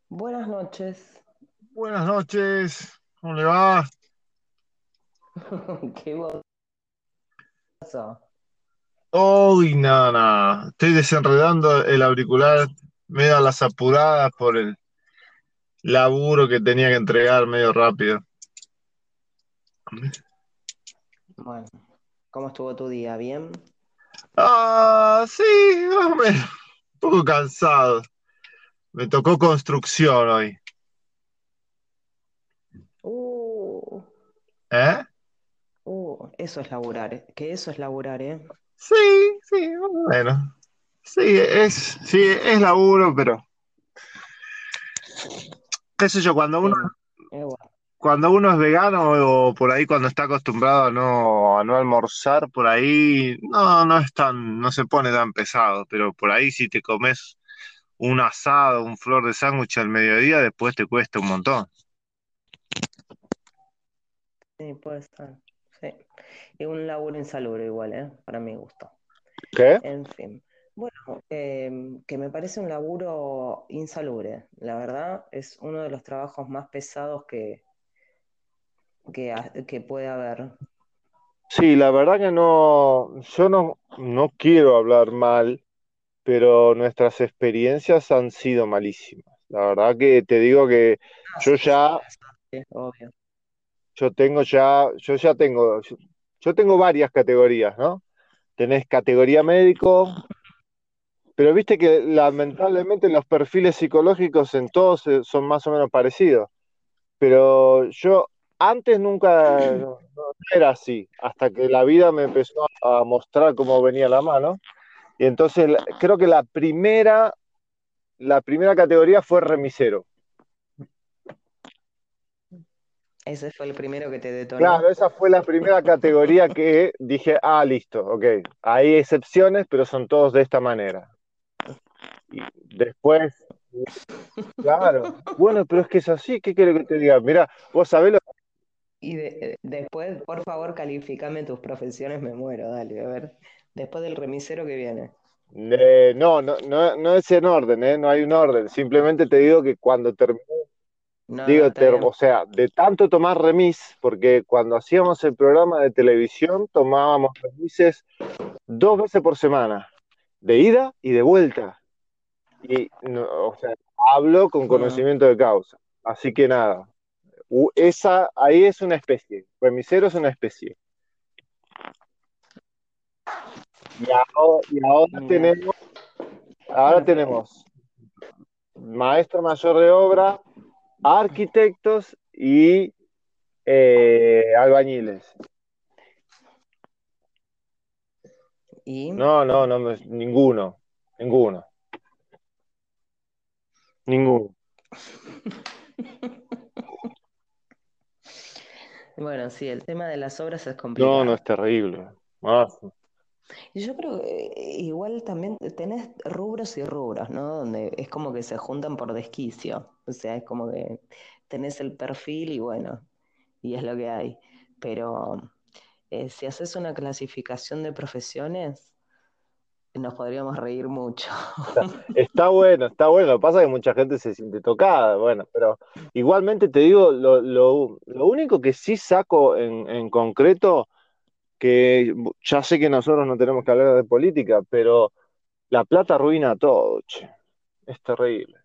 Buenas noches. Buenas noches, ¿cómo le va? ¿Qué pasó? Uy, nada, nada. Estoy desenredando el auricular medio a las apuradas por el laburo que tenía que entregar medio rápido. Bueno, ¿cómo estuvo tu día? ¿Bien? Ah, sí, más o menos. Un poco cansado. Me tocó construcción hoy. Uh, ¿Eh? eso es laburar, que eso es laburar, ¿eh? Sí, sí, más o menos. Sí, es laburo, pero qué sé yo, Bien, bueno. cuando uno es vegano o por ahí cuando está acostumbrado a no almorzar, por ahí no es tan, no se pone tan pesado, pero por ahí si te comes un asado, un flor de sándwich al mediodía, después te cuesta un montón. Sí, puede estar. Sí. Y un laburo insalubre igual, ¿eh? Para mi gusto. ¿Qué? En fin. Bueno, que me parece un laburo insalubre. La verdad, es uno de los trabajos más pesados que puede haber. Sí, la verdad que no, yo no quiero hablar mal, pero nuestras experiencias han sido malísimas. La verdad que te digo que Ah, yo sí, sí, ya, eso, sí, obvio. yo tengo varias categorías, ¿no? Tenés categoría médico, pero viste que lamentablemente los perfiles psicológicos en todos son más o menos parecidos. Pero yo antes nunca no era así, hasta que la vida me empezó a mostrar cómo venía la mano. Y entonces creo que la primera categoría fue remisero. Ese fue el primero que te Claro, detonó. esa fue la primera categoría que dije, ah, listo, ok. Hay excepciones, pero son todos de esta manera. Y después, claro, bueno, pero es que es así, ¿qué quiero que te diga? Mira, vos sabés lo. Y después, por favor, califícame tus profesiones, me muero, dale, a ver. Después del remisero que viene. No es en orden, ¿eh? No hay un orden. Simplemente te digo que cuando terminé, No, no, digo, está bien. o sea, de tanto tomar remis, porque cuando hacíamos el programa de televisión tomábamos remises 2 veces por semana, de ida y de vuelta. Y, o sea, hablo con Mm, conocimiento de causa. Así que nada, ahí es una especie. Remisero es una especie. Y ahora mira, tenemos maestro mayor de obra, arquitectos y albañiles. y Ninguno, ninguno, ninguno. bueno, sí, el tema de las obras es No, no complicado. es terrible. Ah, Y yo creo que igual también tenés rubros y rubros, ¿no? Donde es como que se juntan por desquicio. O sea, es como que tenés el perfil y bueno, y es lo que hay. Pero si haces una clasificación de profesiones, nos podríamos reír mucho. está bueno, está bueno. Lo que pasa es que mucha gente se siente tocada, bueno, pero igualmente te digo, lo único que sí saco en concreto, que ya sé que nosotros no tenemos que hablar de política, pero la plata arruina todo, che. Es terrible.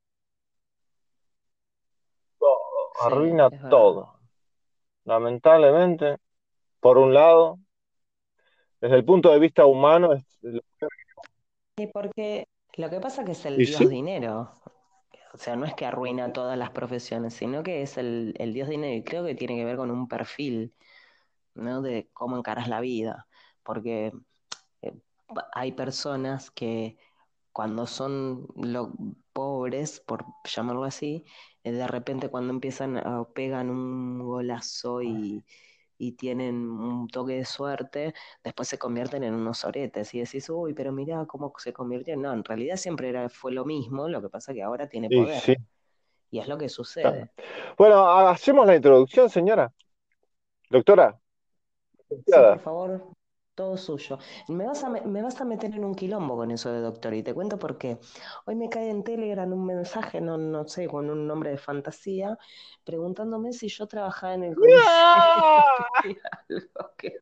Todo, Sí, arruina es verdad. todo. Lamentablemente, por un lado, desde el punto de vista humano, Y porque lo que pasa que es el y sí, dios dinero. O sea, no es que arruina todas las profesiones, sino que es el dios dinero. Y creo que tiene que ver con un perfil, ¿no? De cómo encaras la vida. Porque eh, hay personas que cuando son pobres, por llamarlo así, de repente cuando empiezan a pegan un golazo y tienen un toque de suerte, después se convierten en unos oretes y decís, uy, pero mirá cómo se convirtió. No, en realidad siempre fue lo mismo, lo que pasa que ahora tiene y poder. sí. Y es lo que Claro. sucede. Bueno, hacemos la introducción, señora. Doctora, Sí, por licenciada. favor. todo suyo. Me vas a meter en un quilombo con eso de doctor y te cuento por qué. Hoy me cae en Telegram un mensaje, no sé, con un nombre de fantasía, preguntándome si yo trabajaba en el CONICET y no ¡Ah! tenía algo que...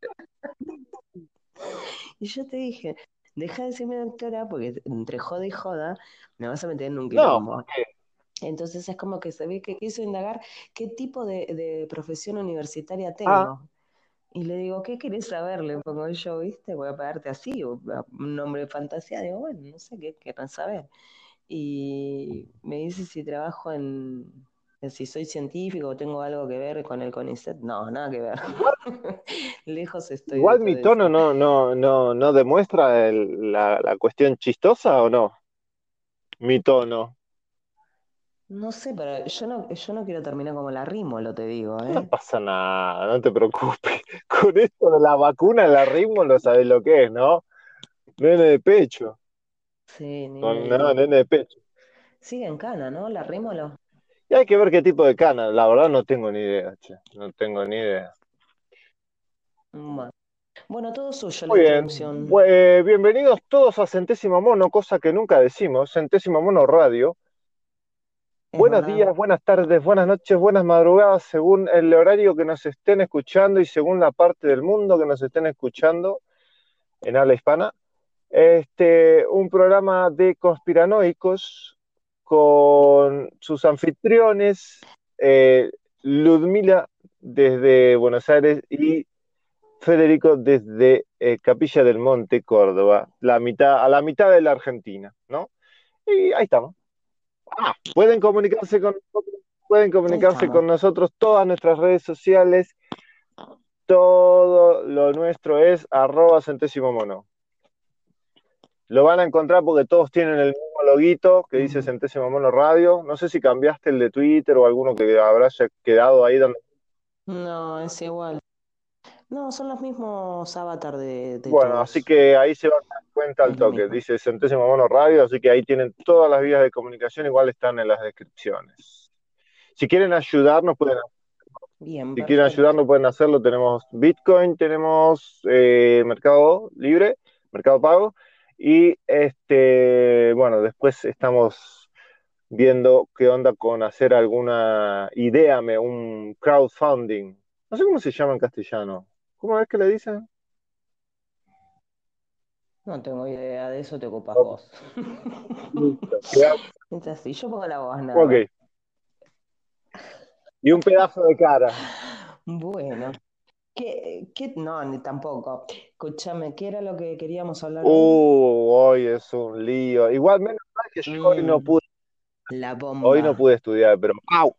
Y yo te dije, deja de decirme doctora porque entre joda y joda me vas a meter en un No, ¿por quilombo. qué? Entonces es como que se ve que quiso indagar qué tipo de profesión universitaria Ah, tengo. Y le digo, ¿qué querés saber? Le pongo yo, ¿viste? Voy a pagarte así, o un nombre de fantasía. Digo, bueno, no sé qué querrán saber. Y me dice si trabajo si soy científico o tengo algo que ver con el CONICET. No, nada que ver. igual, Lejos estoy de igual todo mi tono eso. no demuestra la cuestión chistosa o no. Mi tono. No sé, pero yo no quiero terminar como la Rímolo, te digo, No ¿eh? pasa nada, no te preocupes. Con esto de la vacuna, la ritmo, no sabes lo que es, ¿no? Nene de pecho. Sí, Con nene. no, nene de pecho. Sigue en cana, ¿no? La Rímolo. Y hay que ver qué tipo de cana. La verdad no tengo ni idea, che. No tengo ni idea. Bueno, bueno, todo suyo la Muy bien. introducción. Bienvenidos todos a Centésimo Mono, cosa que nunca decimos. Centésimo Mono Radio. Es Buenos verdad. días, buenas tardes, buenas noches, buenas madrugadas, según el horario que nos estén escuchando y según la parte del mundo que nos estén escuchando en habla hispana. Un programa de conspiranoicos con sus anfitriones, Ludmila desde Buenos Aires y Federico desde Capilla del Monte, Córdoba, a la mitad de la Argentina, ¿no? Y ahí estamos. Pueden Ahí comunicarse estamos. con nosotros todas nuestras redes sociales. Todo lo nuestro es @centésimo mono. Lo van a encontrar porque todos tienen el mismo loguito que dice Mm. Centésimo Mono Radio. No sé si cambiaste el de Twitter o alguno que habrá quedado ahí donde... No, es igual. No, son los mismos avatar de Bueno, así todos. que ahí se van a dar cuenta al Es lo toque. mismo. Dice Centésimo Mono Radio, así que ahí tienen todas las vías de comunicación, igual están en las descripciones. Si quieren ayudarnos, pueden Bien, Si quieren perfecto. ayudarnos, pueden hacerlo. Tenemos Bitcoin, tenemos Mercado Libre, Mercado Pago. Y bueno, después estamos viendo qué onda con hacer alguna idea, un crowdfunding. No sé cómo se llama en castellano. ¿Cómo es que le dicen? No tengo idea de eso, te ocupas Ok, vos. listo. Es así, yo pongo la voz nada más. Ok. Y un pedazo de cara. Bueno, no, ni tampoco. Escúchame, ¿qué era lo que queríamos hablar hoy? Hoy es un lío. Igual menos mal que yo Mm, la hoy no bomba. pude estudiar, pero ¡au!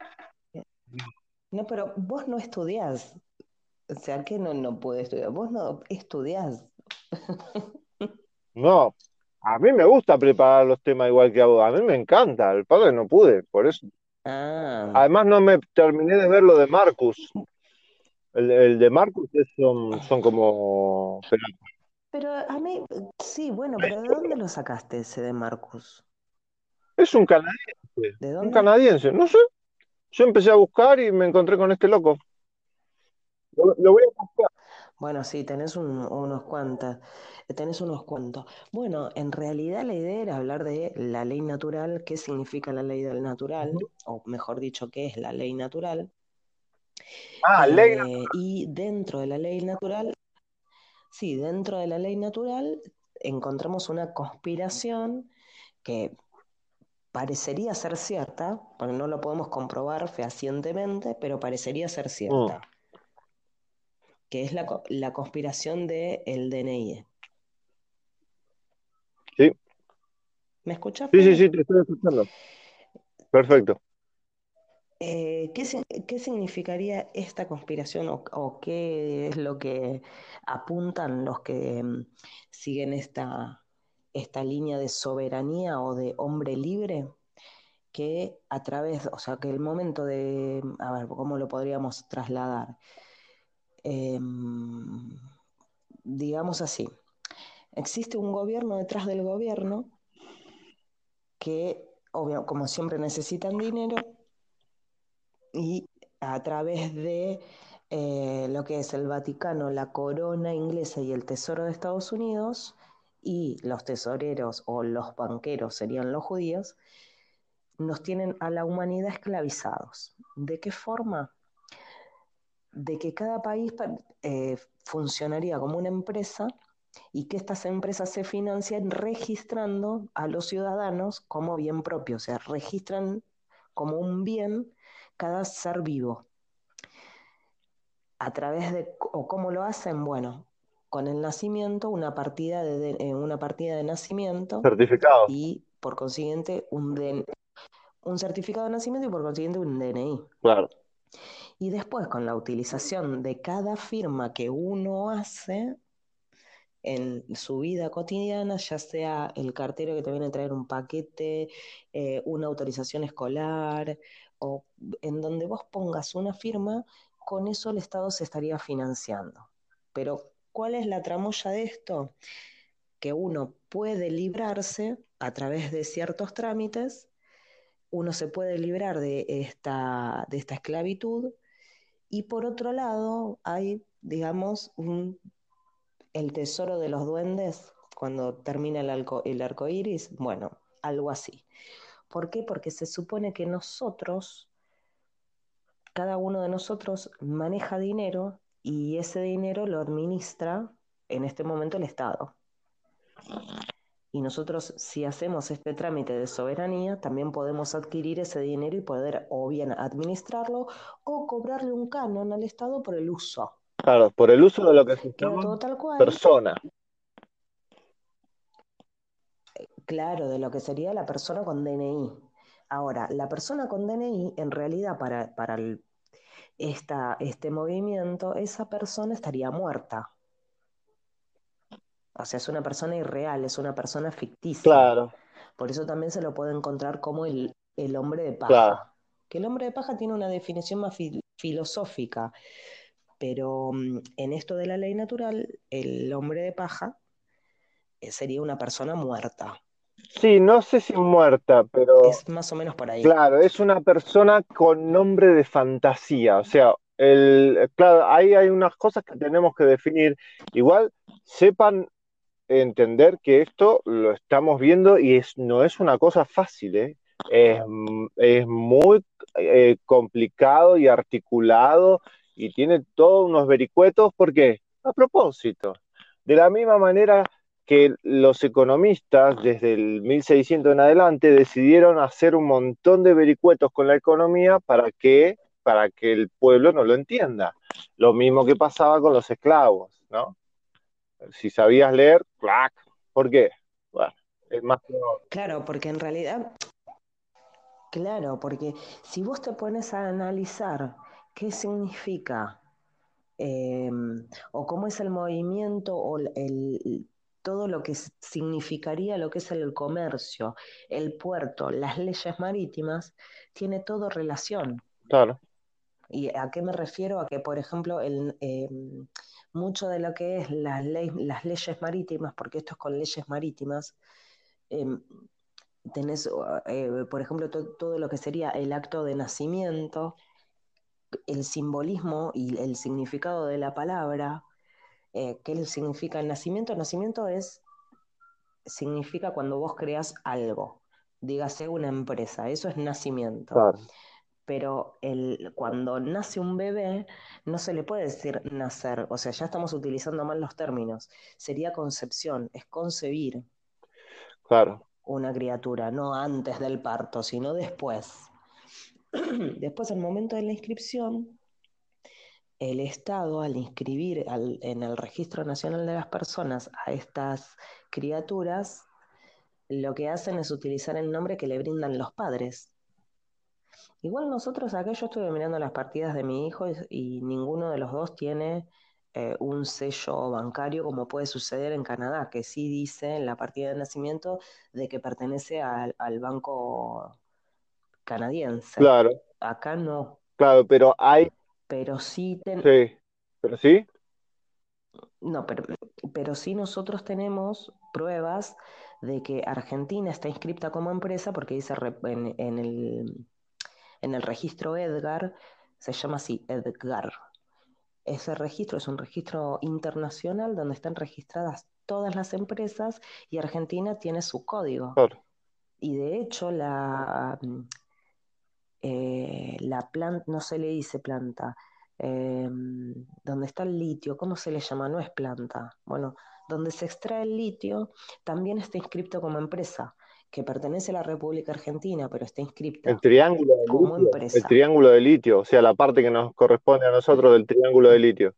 No, pero vos no estudiás. O sea, que no puede estudiar. Vos no estudiás. No, a mí me gusta preparar los temas igual que a vos. A mí me encanta. El padre no pude, por eso. Ah, Además, no me terminé de ver lo de Marcus. El de Marcus son como. pero a mí, sí, bueno, pero ¿de dónde lo sacaste ese de Marcus? Es un canadiense. ¿De Un dónde? canadiense. No sé. Yo empecé a buscar y me encontré con este loco. Lo voy a buscar. Bueno, sí, tenés unos cuantos. Bueno, en realidad la idea era hablar de la ley natural, qué significa la ley del natural, o mejor dicho, qué es la ley natural. Ah, Leila. Y dentro de la ley natural, sí, dentro de la ley natural encontramos una conspiración que parecería ser cierta, porque no lo podemos comprobar fehacientemente, pero parecería ser Mm, cierta, que es la conspiración del DNI. sí, ¿Me escuchas, sí, sí, Fede? sí, te estoy escuchando. Perfecto. ¿Qué significaría esta conspiración o qué es lo que apuntan los que siguen esta línea de soberanía o de hombre libre? Que a través, o sea, que el momento de, a ver, ¿cómo lo podríamos trasladar? Digamos así, existe un gobierno detrás del gobierno que, obvio, como siempre necesitan dinero y a través de lo que es el Vaticano, la corona inglesa y el Tesoro de Estados Unidos, y los tesoreros o los banqueros serían los judíos, nos tienen a la humanidad esclavizados. ¿De qué forma? De que cada país funcionaría como una empresa y que estas empresas se financian registrando a los ciudadanos como bien propio, o sea, registran como un bien cada ser vivo. ¿A través de, o cómo lo hacen? Bueno, con el nacimiento, una partida de nacimiento Certificado, y por consiguiente un certificado de nacimiento y por consiguiente un DNI. claro. Y después con la utilización de cada firma que uno hace en su vida cotidiana, ya sea el cartero que te viene a traer un paquete, una autorización escolar, o en donde vos pongas una firma, con eso el Estado se estaría financiando. Pero, ¿cuál es la tramoya de esto? Que uno puede librarse a través de ciertos trámites, uno se puede librar de esta esclavitud, y por otro lado hay, digamos, el tesoro de los duendes cuando termina el arco iris, bueno, algo así. ¿Por qué? Porque se supone que nosotros, cada uno de nosotros maneja dinero y ese dinero lo administra en este momento el Estado. Y nosotros, si hacemos este trámite de soberanía, también podemos adquirir ese dinero y poder o bien administrarlo o cobrarle un canon al Estado por el uso. Claro, por el uso de lo que se Queda llama todo tal cual, persona. claro, de lo que sería la persona con DNI. Ahora, la persona con DNI, en realidad, para este movimiento, esa persona estaría muerta. O sea, es una persona irreal, es una persona ficticia. Claro, Por eso también se lo puede encontrar como el hombre de claro. paja. Que el hombre de paja tiene una definición más filosófica, pero en esto de la ley natural, el hombre de paja sería una persona muerta. Sí, no sé si muerta, pero Es más o menos por ahí. claro, es una persona con nombre de fantasía. O sea, claro, ahí hay unas cosas que tenemos que definir. Igual, sepan entender que esto lo estamos viendo y no es una cosa fácil, ¿eh? Es muy complicado y articulado y tiene todos unos vericuetos porque, a propósito, de la misma manera que los economistas desde el 1600 en adelante decidieron hacer un montón de vericuetos con la economía para que el pueblo no lo entienda. Lo mismo que pasaba con los esclavos, ¿no? Si sabías leer, ¡clac! ¿Por qué? Bueno, es más que obvio. Claro, porque en realidad, claro, porque si vos te pones a analizar qué significa eh, o cómo es el movimiento o todo lo que significaría lo que es el comercio, el puerto, las leyes marítimas, tiene todo relación. Claro, ¿Y a qué me refiero? A que, por ejemplo, mucho de lo que es las leyes marítimas, porque esto es con leyes marítimas, eh, tenés, por ejemplo, todo lo que sería el acto de nacimiento, el simbolismo y el significado de la palabra. ¿Qué significa el nacimiento? El nacimiento significa cuando vos creas algo, dígase una empresa, eso es nacimiento. claro, Pero cuando nace un bebé, no se le puede decir nacer, o sea, ya estamos utilizando mal los términos. Sería concepción, es concebir claro, una criatura, no antes del parto, sino después. Después, al momento de la inscripción, el Estado, al inscribir en el Registro Nacional de las Personas a estas criaturas, lo que hacen es utilizar el nombre que le brindan los padres. Igual nosotros acá, yo estuve mirando las partidas de mi hijo y ninguno de los dos tiene un sello bancario como puede suceder en Canadá, que sí dice en la partida de nacimiento de que pertenece al banco canadiense. claro, Acá no, claro, pero pero sí, sí, pero sí, no, pero sí nosotros tenemos pruebas de que Argentina está inscripta como empresa porque dice en el registro Edgar, se llama así, Edgar. ese registro es un registro internacional donde están registradas todas las empresas y Argentina tiene su código. Claro. Y de hecho la planta, no se le dice planta, donde está el litio, ¿cómo se le llama? No es planta. Bueno, donde se extrae el litio también está inscrito como empresa, que pertenece a la República Argentina, pero está El inscripta triángulo de como litio, el empresa. triángulo de litio, o sea, la parte que nos corresponde a nosotros del triángulo de litio.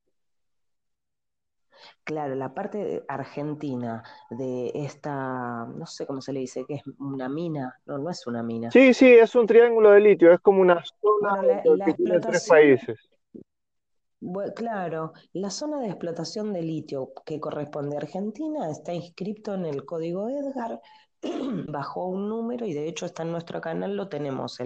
Claro, la parte argentina de esta, no sé cómo se le dice, que es una mina, no, no es una mina. Sí, sí, es un triángulo de litio, es como una zona Bueno, la que tiene tres explotación, países. claro, la zona de explotación de litio que corresponde a Argentina está inscrito en el código Edgar bajo un número y de hecho está en nuestro canal, lo tenemos,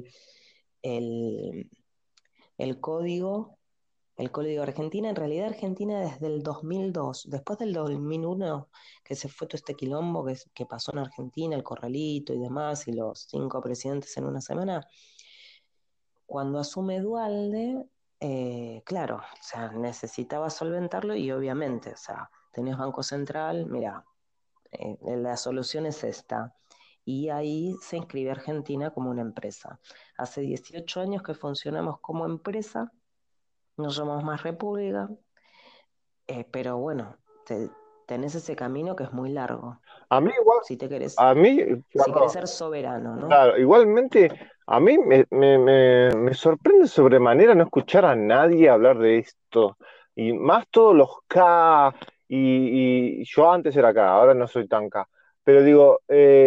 el, el código. El código Argentina, en realidad Argentina desde el 2002, después del 2001, que se fue todo este quilombo que pasó en Argentina, el corralito y demás, y los 5 presidentes en una semana, cuando asume Dualde, claro, o sea, necesitaba solventarlo y obviamente, o sea, tenés Banco Central, mira, la solución es esta. Y ahí se inscribe Argentina como una empresa. Hace 18 años que funcionamos como empresa, nos llamamos más República, pero bueno, tenés ese camino que es muy largo. A mí igual, Si te querés, a mí, si querés perdón, ser soberano, ¿no? claro, igualmente, a mí me sorprende sobremanera no escuchar a nadie hablar de esto. Y más todos los K, y yo antes era K, ahora no soy tan K. Pero digo,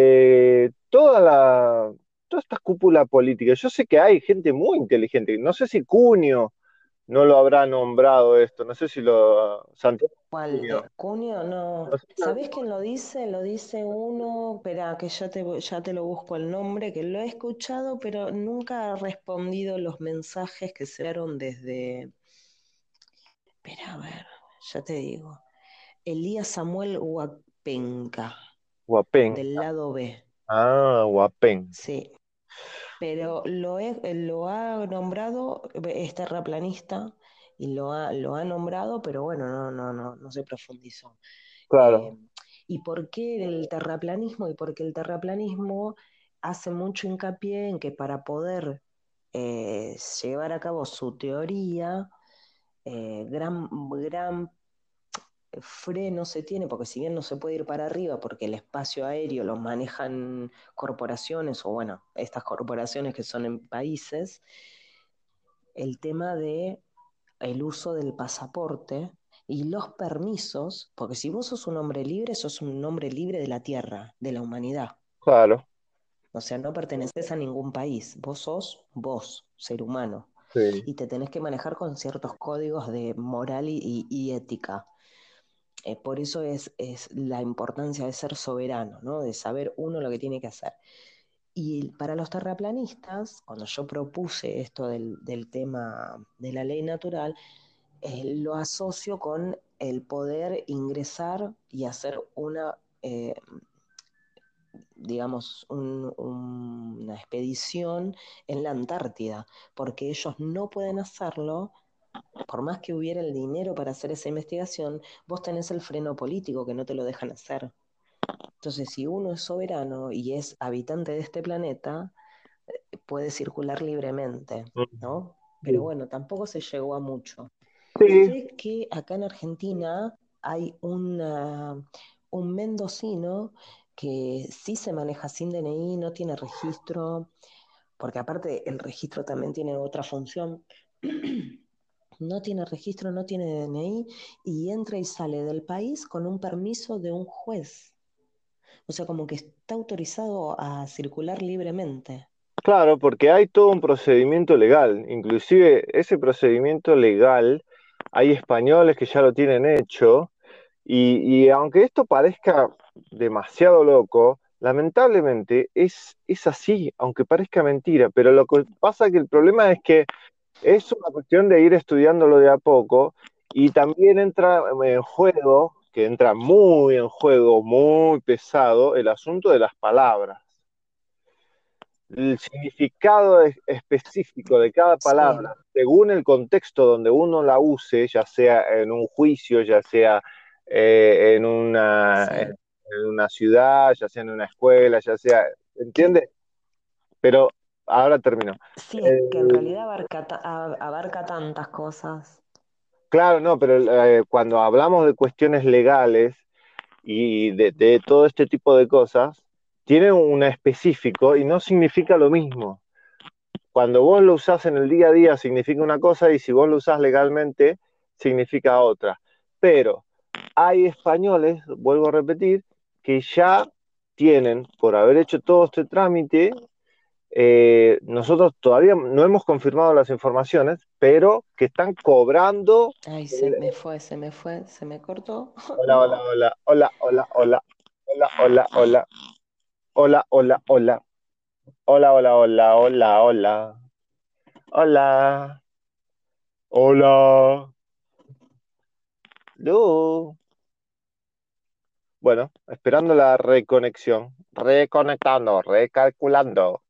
toda esta cúpula política, yo sé que hay gente muy inteligente, no sé si Cunio no lo habrá nombrado esto, no sé si Santiago ¿Cuál? Cunio, Cunio, no. no sé si ¿Sabés quién lo dice? Lo dice uno, espera, que ya te lo busco el nombre, que lo he escuchado, pero nunca ha respondido los mensajes que se dieron desde, espera, a ver, ya te digo, Elías Samuel Huapenca, Guapén. del lado B. Ah, Guapén, Sí, pero lo ha nombrado, es terraplanista y lo ha nombrado, pero bueno, no se profundizó. Eh, claro, ¿Y por qué el terraplanismo? Y porque el terraplanismo hace mucho hincapié en que para poder llevar a cabo su teoría, gran freno se tiene, porque si bien no se puede ir para arriba, porque el espacio aéreo lo manejan corporaciones, o bueno, estas corporaciones que son en países, el tema de el uso del pasaporte y los permisos, porque si vos sos un hombre libre, sos un hombre libre de la tierra, de la humanidad. claro, O sea, no perteneces a ningún país, vos sos vos, ser humano, sí. y te tenés que manejar con ciertos códigos de moral y ética. Por eso es la importancia de ser soberano, ¿no? De saber uno lo que tiene que hacer. Y para los terraplanistas, cuando yo propuse esto del tema de la ley natural, lo asocio con el poder ingresar y hacer digamos, una expedición en la Antártida, porque ellos no pueden hacerlo, por más que hubiera el dinero para hacer esa investigación, vos tenés el freno político que no te lo dejan hacer. Entonces, si uno es soberano y es habitante de este planeta, puede circular libremente, Mm, ¿no? Pero sí. bueno, tampoco se llegó a mucho. Sí, Sé que acá en Argentina hay un mendocino que sí se maneja sin DNI, no tiene registro, porque aparte el registro también tiene otra función. No tiene registro, no tiene DNI y entra y sale del país con un permiso de un juez. O sea, como que está autorizado a circular libremente. claro, porque hay todo un procedimiento legal. Inclusive ese procedimiento legal, hay españoles que ya lo tienen hecho. Y aunque esto parezca demasiado loco, lamentablemente es así, aunque parezca mentira. Pero lo que pasa que el problema es que es una cuestión de ir estudiándolo de a poco y también entra en juego, que entra muy en juego, muy pesado, el asunto de las palabras. el significado específico de cada palabra, Sí, según el contexto donde uno la use, ya sea en un juicio, ya sea sí. en una ciudad, ya sea en una escuela, ya sea, Que, ¿entiendes? Pero ahora termino. sí, es que en realidad El- abarca tantas cosas. claro, no, pero cuando hablamos de cuestiones legales y de todo este tipo de cosas, tiene un específico y no significa lo mismo. Cuando vos lo usás en el día a día significa una cosa y si vos lo usás legalmente significa otra. Pero hay españoles, vuelvo a repetir, que ya tienen, por haber hecho todo este trámite, nosotros todavía no hemos confirmado las informaciones, pero que están cobrando. Ay, se me cortó. Hola, hola, No. hola, hola, hola, hola, hola, hola, hola, hola, hola, hola, hola, hola, hola, hola, hola, hola, hola, Lu. Bueno, esperando la reconexión, reconectando, recalculando,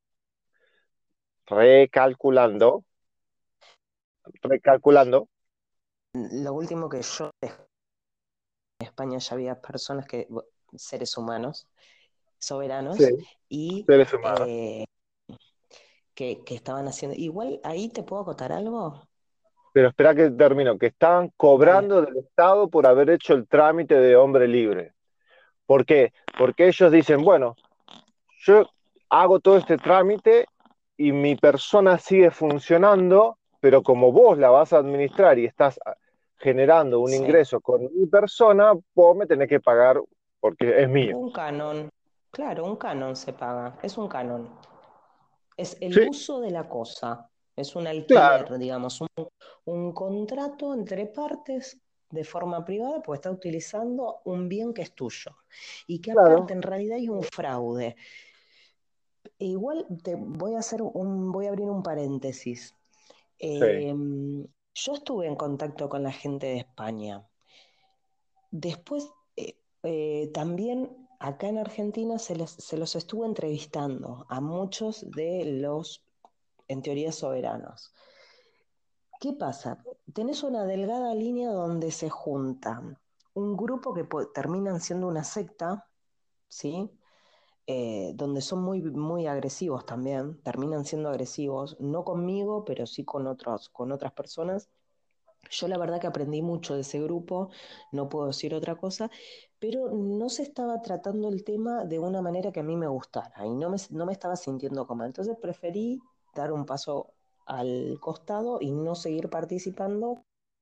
recalculando, recalculando. Lo último que yo en España ya había personas seres humanos, Sí, soberanos, y seres humanos. eh, que estaban haciendo. Igual ahí te puedo acotar algo. Pero espera que termino, que estaban Dale. cobrando del Estado por haber hecho el trámite de hombre libre. ¿Por qué? Porque ellos dicen, bueno, yo hago todo este trámite y mi persona sigue funcionando, pero como vos la vas a administrar y estás generando un Sí. ingreso con mi persona, vos me tenés que pagar porque es mío. Un canon. Claro, un canon se paga. Es un canon. Es el Sí, uso de la cosa. Es un claro, alquiler, digamos, un contrato entre partes de forma privada, pues está utilizando un bien que es tuyo. Y que aparte claro, en realidad hay un fraude. Igual voy a abrir un paréntesis. sí, Eh, yo estuve en contacto con la gente de España. Después, también acá en Argentina se los estuvo entrevistando a muchos de los, en teoría, soberanos. ¿Qué pasa? Tenés una delgada línea donde se juntan un grupo que terminan siendo una secta, ¿sí? Donde son muy, muy agresivos también, terminan siendo agresivos, no conmigo, pero sí con otras personas. Yo la verdad que aprendí mucho de ese grupo, no puedo decir otra cosa, pero no se estaba tratando el tema de una manera que a mí me gustara y no me estaba sintiendo cómoda. Entonces preferí dar un paso al costado y no seguir participando.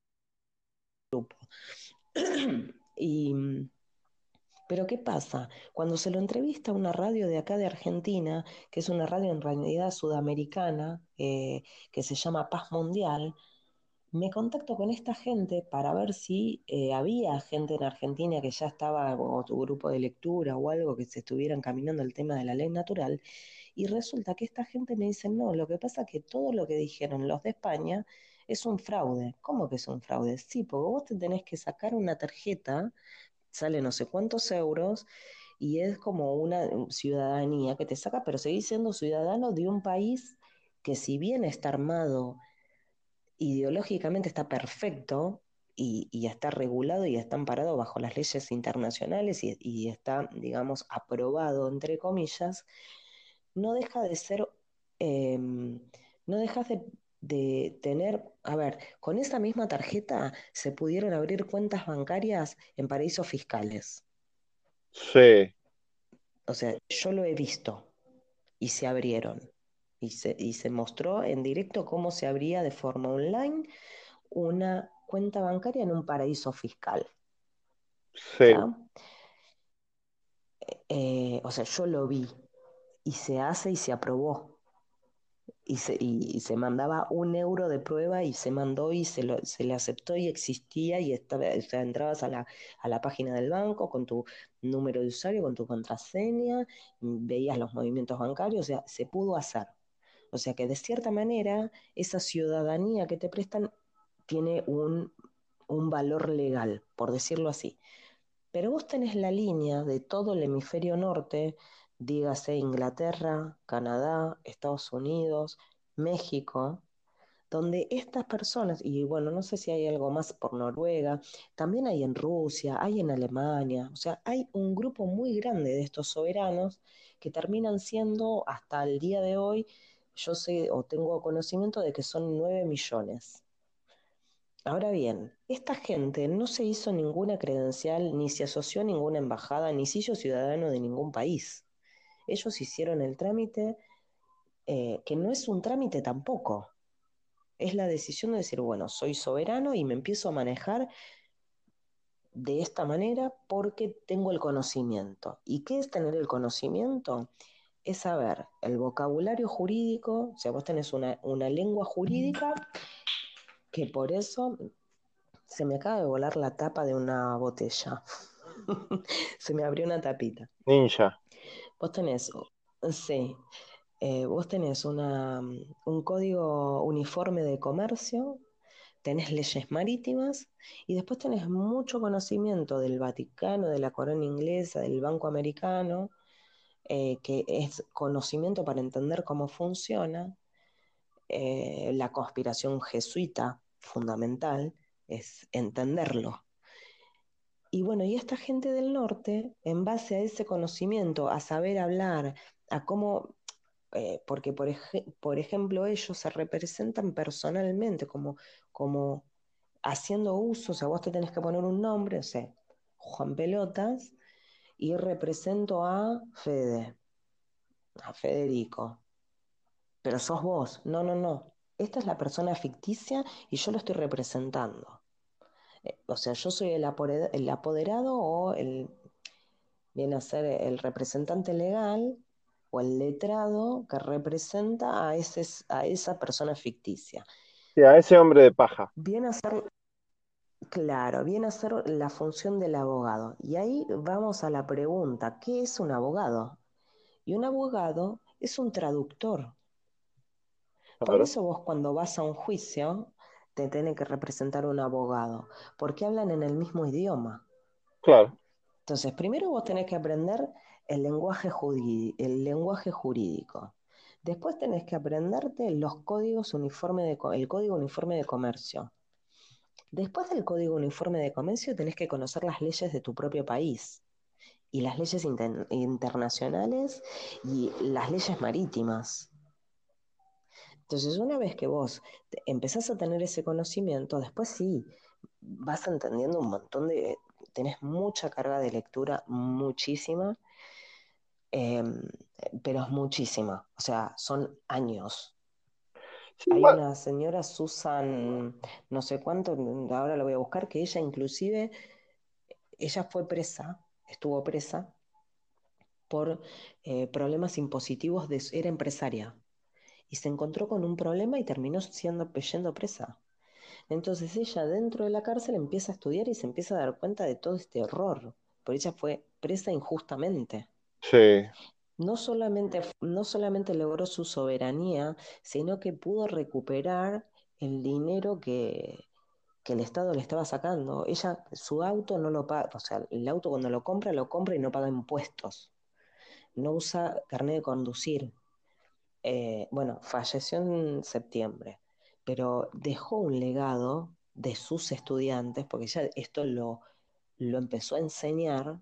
Y, pero ¿qué pasa? Cuando se lo entrevista a una radio de acá de Argentina, que es una radio en realidad sudamericana, que se llama Paz Mundial, me contacto con esta gente para ver si había gente en Argentina que ya estaba, o tu grupo de lectura o algo, que se estuvieran caminando el tema de la ley natural. Y resulta que esta gente me dice, no, lo que pasa es que todo lo que dijeron los de España es un fraude. ¿Cómo que es un fraude? Sí, porque vos te tenés que sacar una tarjeta, sale no sé cuántos euros, y es como una ciudadanía que te saca, pero seguís siendo ciudadano de un país que, si bien está armado ideológicamente, está perfecto y está regulado y está amparado bajo las leyes internacionales y está, digamos, aprobado, entre comillas, no deja de ser, no dejas de tener, a ver, con esa misma tarjeta se pudieron abrir cuentas bancarias en paraísos fiscales. sí, O sea, yo lo he visto y se abrieron. Y se mostró en directo cómo se abría de forma online una cuenta bancaria en un paraíso fiscal. sí, ¿Tá? O sea, yo lo vi y se hace y se aprobó. Y se mandaba 1 euro de prueba y se mandó y se le aceptó y existía y estaba, o sea, entrabas a la página del banco con tu número de usuario, con tu contraseña, veías los movimientos bancarios, o sea, se pudo hacer. O sea que de cierta manera esa ciudadanía que te prestan tiene un valor legal, por decirlo así. Pero vos tenés la línea de todo el hemisferio norte, dígase Inglaterra, Canadá, Estados Unidos, México, donde estas personas, y bueno, no sé si hay algo más por Noruega, también hay en Rusia, hay en Alemania, o sea, hay un grupo muy grande de estos soberanos que terminan siendo hasta el día de hoy, yo sé o tengo conocimiento de que son 9 millones. Ahora bien, esta gente no se hizo ninguna credencial, ni se asoció a ninguna embajada, ni se hizo ciudadano de ningún país. Ellos hicieron el trámite, que no es un trámite tampoco. Es la decisión de decir, bueno, soy soberano y me empiezo a manejar de esta manera porque tengo el conocimiento. ¿Y qué es tener el conocimiento? Es saber el vocabulario jurídico, o sea, vos tenés una lengua jurídica que por eso se me acaba de volar la tapa de una botella. Se me abrió una tapita. Ninja. Vos tenés, sí, vos tenés un código uniforme de comercio, tenés leyes marítimas y después tenés mucho conocimiento del Vaticano, de la corona inglesa, del Banco Americano, que es conocimiento para entender cómo funciona, la conspiración jesuita fundamental, es entenderlo. Y bueno, y esta gente del norte, en base a ese conocimiento, a saber hablar, a cómo, porque por ejemplo ellos se representan personalmente como haciendo uso, o sea, vos te tenés que poner un nombre, o sea, Juan Pelotas, y represento a Fede, a Federico, pero sos vos, no, no, no, esta es la persona ficticia y yo lo estoy representando. O sea, yo soy el apoderado o viene a ser el representante legal o el letrado que representa a esa persona ficticia. Sí, a ese hombre de paja. Viene a ser, claro, viene a ser la función del abogado. Y ahí vamos a la pregunta, ¿qué es un abogado? Y un abogado es un traductor. Por Claro, eso vos cuando vas a un juicio te tiene que representar un abogado, porque hablan en el mismo idioma. claro. Entonces, primero vos tenés que aprender el lenguaje jurídico. Después tenés que aprenderte los códigos el código uniforme de comercio. Después del código uniforme de comercio tenés que conocer las leyes de tu propio país y las leyes internacionales y las leyes marítimas. Entonces, una vez que vos empezás a tener ese conocimiento, después sí, vas entendiendo un montón tenés mucha carga de lectura, muchísima, eh, pero es muchísima, o sea, son años. Sí, Hay igual. una señora, Susan, no sé cuánto, ahora la voy a buscar, que ella inclusive, ella fue presa, estuvo presa por problemas impositivos, era empresaria, y se encontró con un problema y terminó yendo presa. Entonces ella dentro de la cárcel empieza a estudiar y se empieza a dar cuenta de todo este horror, porque ella fue presa injustamente. Sí. No solamente logró su soberanía, sino que pudo recuperar el dinero que el Estado le estaba sacando. Ella, su auto no lo paga, o sea, el auto cuando lo compra y no paga impuestos. No usa carnet de conducir. Bueno, falleció en septiembre, pero dejó un legado de sus estudiantes, porque ella esto lo empezó a enseñar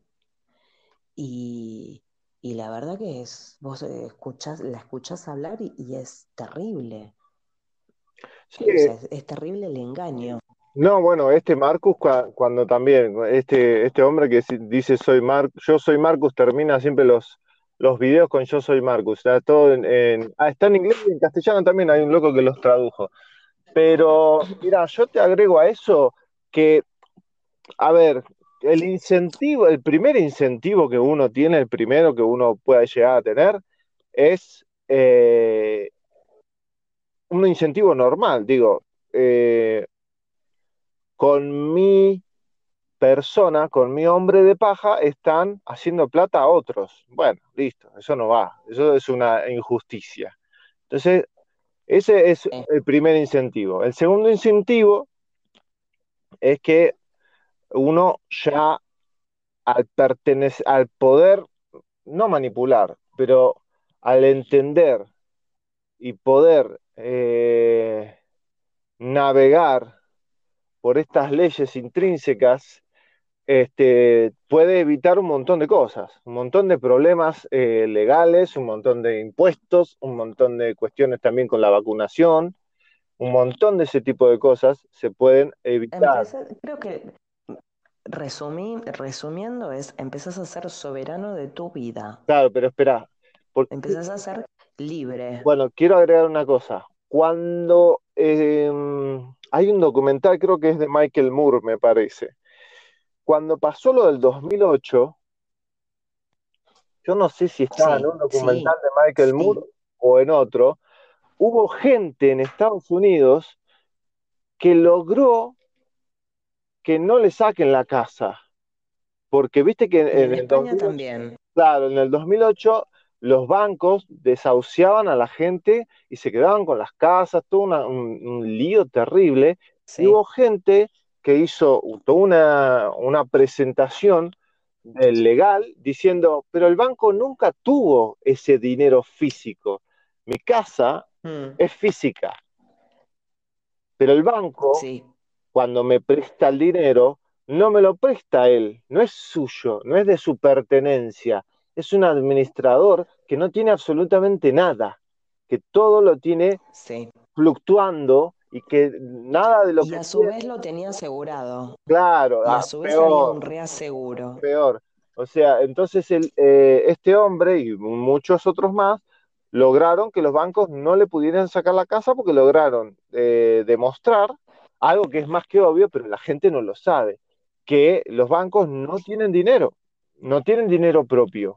y, y la verdad que vos la escuchás hablar y es terrible. Sí, O sea, es terrible el engaño. no, bueno, este Marcus cuando también, este hombre que dice yo soy Marcus, termina siempre los videos con yo soy Marcus. Está todo está en inglés y en castellano también hay un loco que los tradujo. Pero, mira, yo te agrego a eso que, a ver, el primer incentivo que uno tiene, el primero que uno pueda llegar a tener, es un incentivo normal. Digo, con mi persona, con mi hombre de paja, están haciendo plata a otros. Bueno, listo, eso no va, eso es una injusticia. Entonces, ese es Eh, el primer incentivo. El segundo incentivo es que uno ya al poder, no manipular. pero al entender y poder navegar por estas leyes intrínsecas, puede evitar un montón de cosas, un montón de problemas legales, un montón de impuestos, un montón de cuestiones también con la vacunación, un montón de ese tipo de cosas se pueden evitar. Creo que resumiendo es, empezás a ser soberano de tu vida, Claro, pero espera, porque, empezás a ser libre. bueno, quiero agregar una cosa. Cuando hay un documental, creo que es de Michael Moore, me parece. Cuando pasó lo del 2008, yo no sé si estaba en Sí, un documental sí, de Michael Moore sí, o en otro, hubo gente en Estados Unidos que logró que no le saquen la casa, porque viste que y en en el España 2008, también, claro, en el 2008 los bancos desahuciaban a la gente y se quedaban con las casas, todo un lío terrible, y sí. hubo gente que hizo toda una presentación del legal diciendo, pero el banco nunca tuvo ese dinero físico. Mi casa Mm, es física, pero el banco sí, cuando me presta el dinero, no me lo presta él, no es suyo, no es de su pertenencia, es un administrador que no tiene absolutamente nada, que todo lo tiene sí. fluctuando y que nada de lo Y que a su tiene, vez lo tenía asegurado. claro, Y a su vez había un peor, reaseguro. peor. O sea, entonces este hombre y muchos otros más lograron que los bancos no le pudieran sacar la casa porque lograron demostrar algo que es más que obvio, pero la gente no lo sabe, que los bancos no tienen dinero, no tienen dinero propio.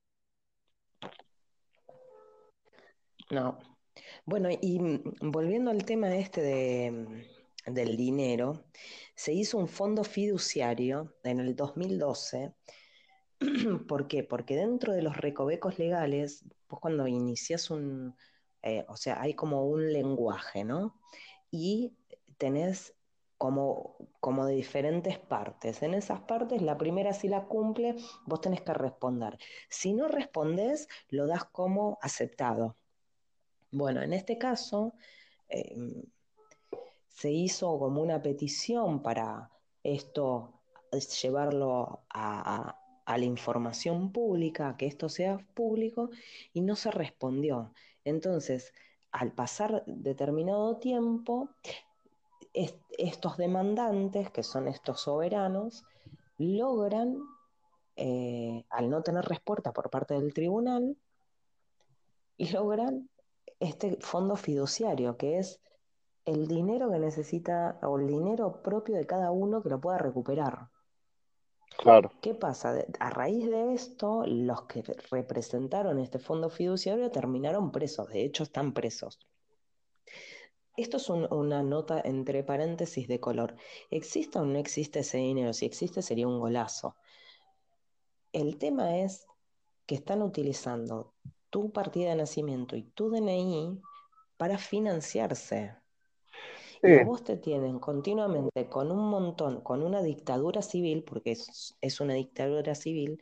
No. Bueno, y volviendo al tema este del dinero, se hizo un fondo fiduciario en el 2012. ¿Por qué? Porque dentro de los recovecos legales, vos cuando inicias o sea, hay como un lenguaje, ¿no? Y tenés como de diferentes partes. En esas partes, la primera si la cumple, vos tenés que responder. Si no respondés, lo das como aceptado. Bueno, en este caso, eh, se hizo como una petición para esto, llevarlo a la información pública, que esto sea público, y no se respondió. Entonces, al pasar determinado tiempo, estos demandantes, que son estos soberanos, logran, al no tener respuesta por parte del tribunal, logran este fondo fiduciario, que es el dinero que necesita o el dinero propio de cada uno que lo pueda recuperar. Claro. ¿Qué pasa? A raíz de esto, los que representaron este fondo fiduciario terminaron presos, de hecho están presos. Esto es una nota entre paréntesis de color. ¿Existe o no existe ese dinero? Si existe sería un golazo. El tema es que están utilizando tu partida de nacimiento y tu DNI para financiarse. Sí. Y a vos te tienen continuamente con un montón, con una dictadura civil, porque es una dictadura civil.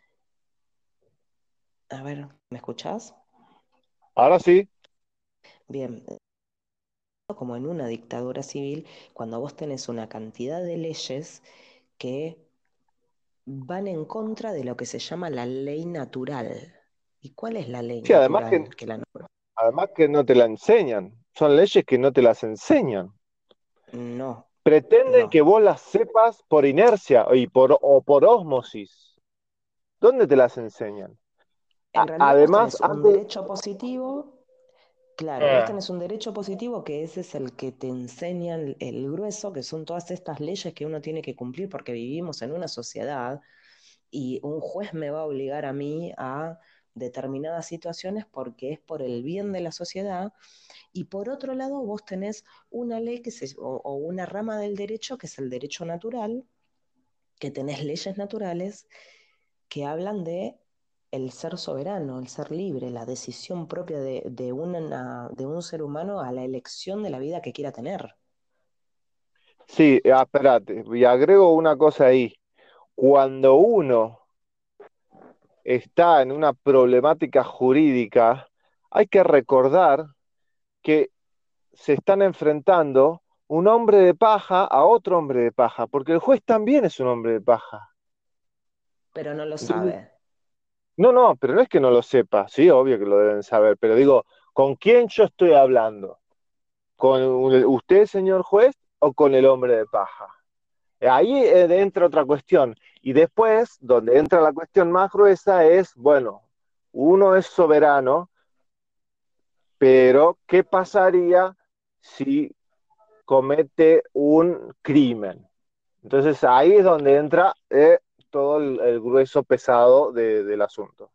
A ver, ¿me escuchás? Ahora sí, Bien, como en una dictadura civil, cuando vos tenés una cantidad de leyes que van en contra de lo que se llama la ley natural. ¿Y cuál es la ley sí, natural? además que no te la enseñan, son leyes que no te las enseñan. No, Pretenden que no. vos las sepas por inercia o por ósmosis. ¿Dónde te las enseñan? En realidad vos Además, tenés un antes, derecho positivo. Claro, vos eh, tenés un derecho positivo que ese es el que te enseña el grueso, que son todas estas leyes que uno tiene que cumplir porque vivimos en una sociedad y un juez me va a obligar a mí a determinadas situaciones porque es por el bien de la sociedad. Y por otro lado, vos tenés una ley o una rama del derecho que es el derecho natural, que tenés leyes naturales que hablan de el ser soberano, el ser libre, la decisión propia de un ser humano a la elección de la vida que quiera tener. sí, espérate, y agrego una cosa ahí. Cuando uno está en una problemática jurídica, hay que recordar que se están enfrentando un hombre de paja a otro hombre de paja, porque el juez también es un hombre de paja. pero no lo Entonces, sabe. no, no, pero no es que no lo sepa, sí, obvio que lo deben saber, pero digo, ¿con quién yo estoy hablando? ¿Con usted, señor juez, o con el hombre de paja? Ahí entra otra cuestión. Y después, donde entra la cuestión más gruesa es, bueno, uno es soberano, pero ¿qué pasaría si comete un crimen? Entonces ahí es donde entra todo el grueso pesado del asunto.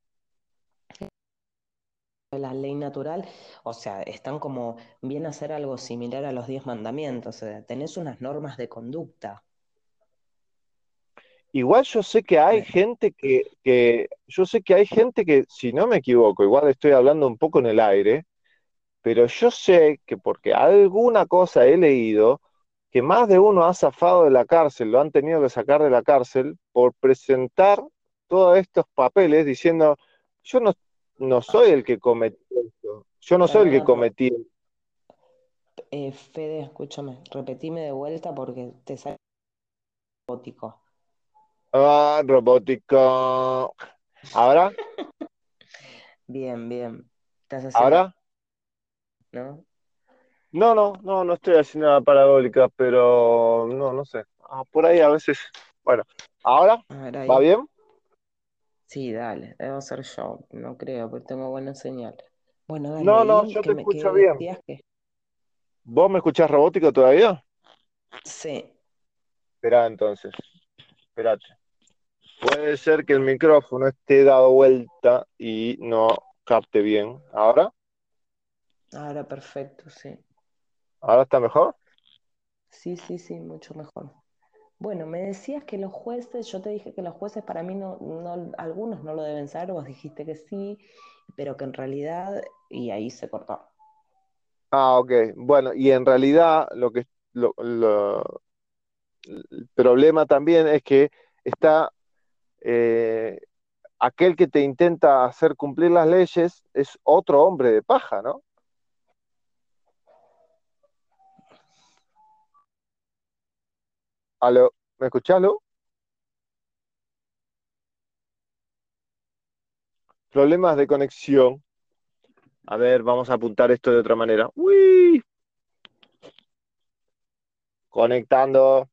La ley natural, o sea, están como, viene a ser algo similar a los 10 mandamientos, o sea, tenés unas normas de conducta. Igual yo sé que hay Me- gente yo sé que hay gente que, si no me equivoco, igual estoy hablando un poco en el aire, pero yo sé que porque alguna cosa he leído, que más de uno ha zafado de la cárcel, lo han tenido que sacar de la cárcel por presentar todos estos papeles diciendo, yo no soy el que cometió esto, yo no soy el que Perdona, cometí. Fede, escúchame, repetime de vuelta porque te sale robótico. Ah, robótico. ¿Ahora? Bien, bien. ¿Estás haciendo, ¿Ahora? no? No, no, no, no estoy haciendo nada parabólica, pero no, no sé. Ah, por ahí a veces. Bueno, ¿ahora? A ver ¿Va ahí. bien? Sí, dale, debo ser yo, no creo, porque tengo buena señal. Bueno, dale, No, no, ¿y yo te escucho qué bien. decías que? ¿Vos me escuchás robótico todavía? Sí, Esperá entonces, espérate. Puede ser que el micrófono esté dado vuelta y no capte bien. ¿Ahora? ahora perfecto, sí. ¿Ahora está mejor? Sí, sí, sí, mucho mejor. Bueno, me decías que los jueces, yo te dije que los jueces para mí algunos no lo deben saber, vos dijiste que sí, pero que en realidad, y ahí se cortó. Ah, ok. Bueno, y en realidad el problema también es que está eh, aquel que te intenta hacer cumplir las leyes es otro hombre de paja, ¿no? Aló, ¿me escuchás, Lu? Problemas de conexión. A ver, vamos a apuntar esto de otra manera. ¡Uy! Conectando.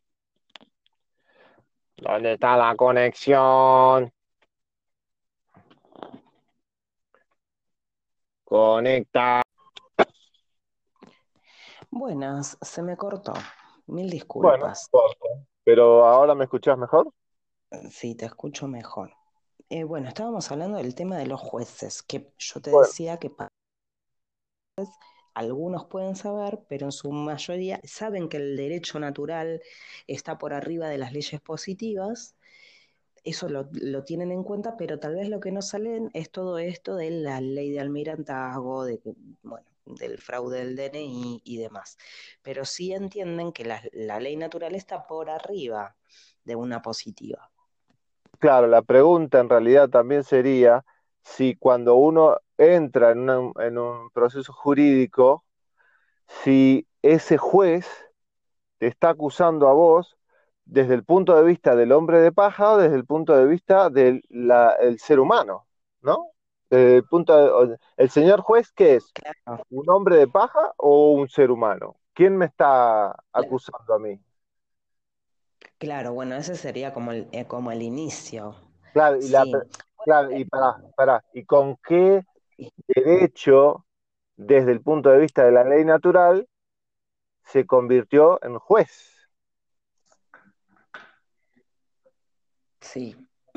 ¿Dónde está la conexión? Conecta. Buenas, se me cortó. Mil Bueno, no disculpas. importa. Pero ahora me escuchás mejor. Sí, te escucho mejor. Bueno, estábamos hablando del tema de los jueces, que yo te Bueno, decía que algunos pueden saber, pero en su mayoría saben que el derecho natural está por arriba de las leyes positivas. Eso lo tienen en cuenta, pero tal vez lo que no salen es todo esto de la ley de almirantazgo, bueno, del fraude del DNI y demás. Pero sí entienden que la ley natural está por arriba de una positiva. claro, la pregunta en realidad también sería si cuando uno entra en un proceso jurídico, si ese juez te está acusando a vos desde el punto de vista del hombre de paja o desde el punto de vista del el ser humano, ¿no? Desde el el señor juez, ¿qué es? Claro, ¿Un hombre de paja o un ser humano? ¿Quién me está cla- acusando a mí? claro, bueno, ese sería como el inicio. Claro, Sí, claro, y ¿y con qué derecho, desde el punto de vista de la ley natural, se convirtió en juez? sí.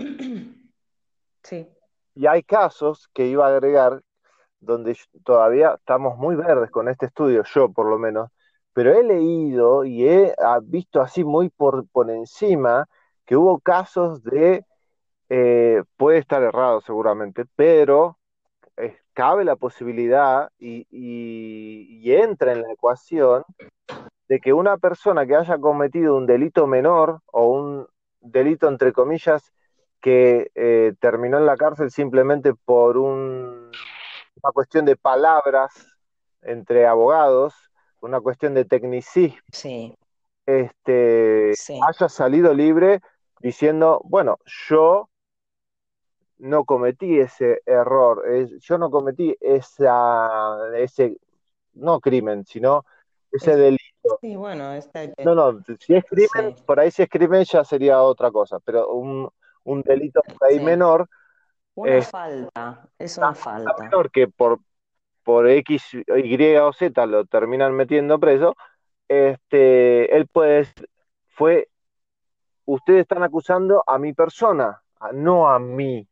Sí, Y hay casos que iba a agregar donde todavía estamos muy verdes con este estudio, yo por lo menos, pero he leído y he visto así muy por encima que hubo casos puede estar errado seguramente, pero cabe la posibilidad y entra en la ecuación de que una persona que haya cometido un delito menor o un delito entre comillas que terminó en la cárcel simplemente por una cuestión de palabras entre abogados, una cuestión de tecnicismo, Sí, sí, haya salido libre diciendo, bueno, yo no cometí ese error, yo no cometí ese, no crimen, sino ese es- delito. sí, bueno, No, no, si es crimen, sí, por ahí si es crimen ya sería otra cosa, pero un delito por ahí sí. menor, Una es falta, es tan una falta. menor que por X, Y o Z lo terminan metiendo preso, él puede decir, fue, ustedes están acusando a mi persona, no a mí.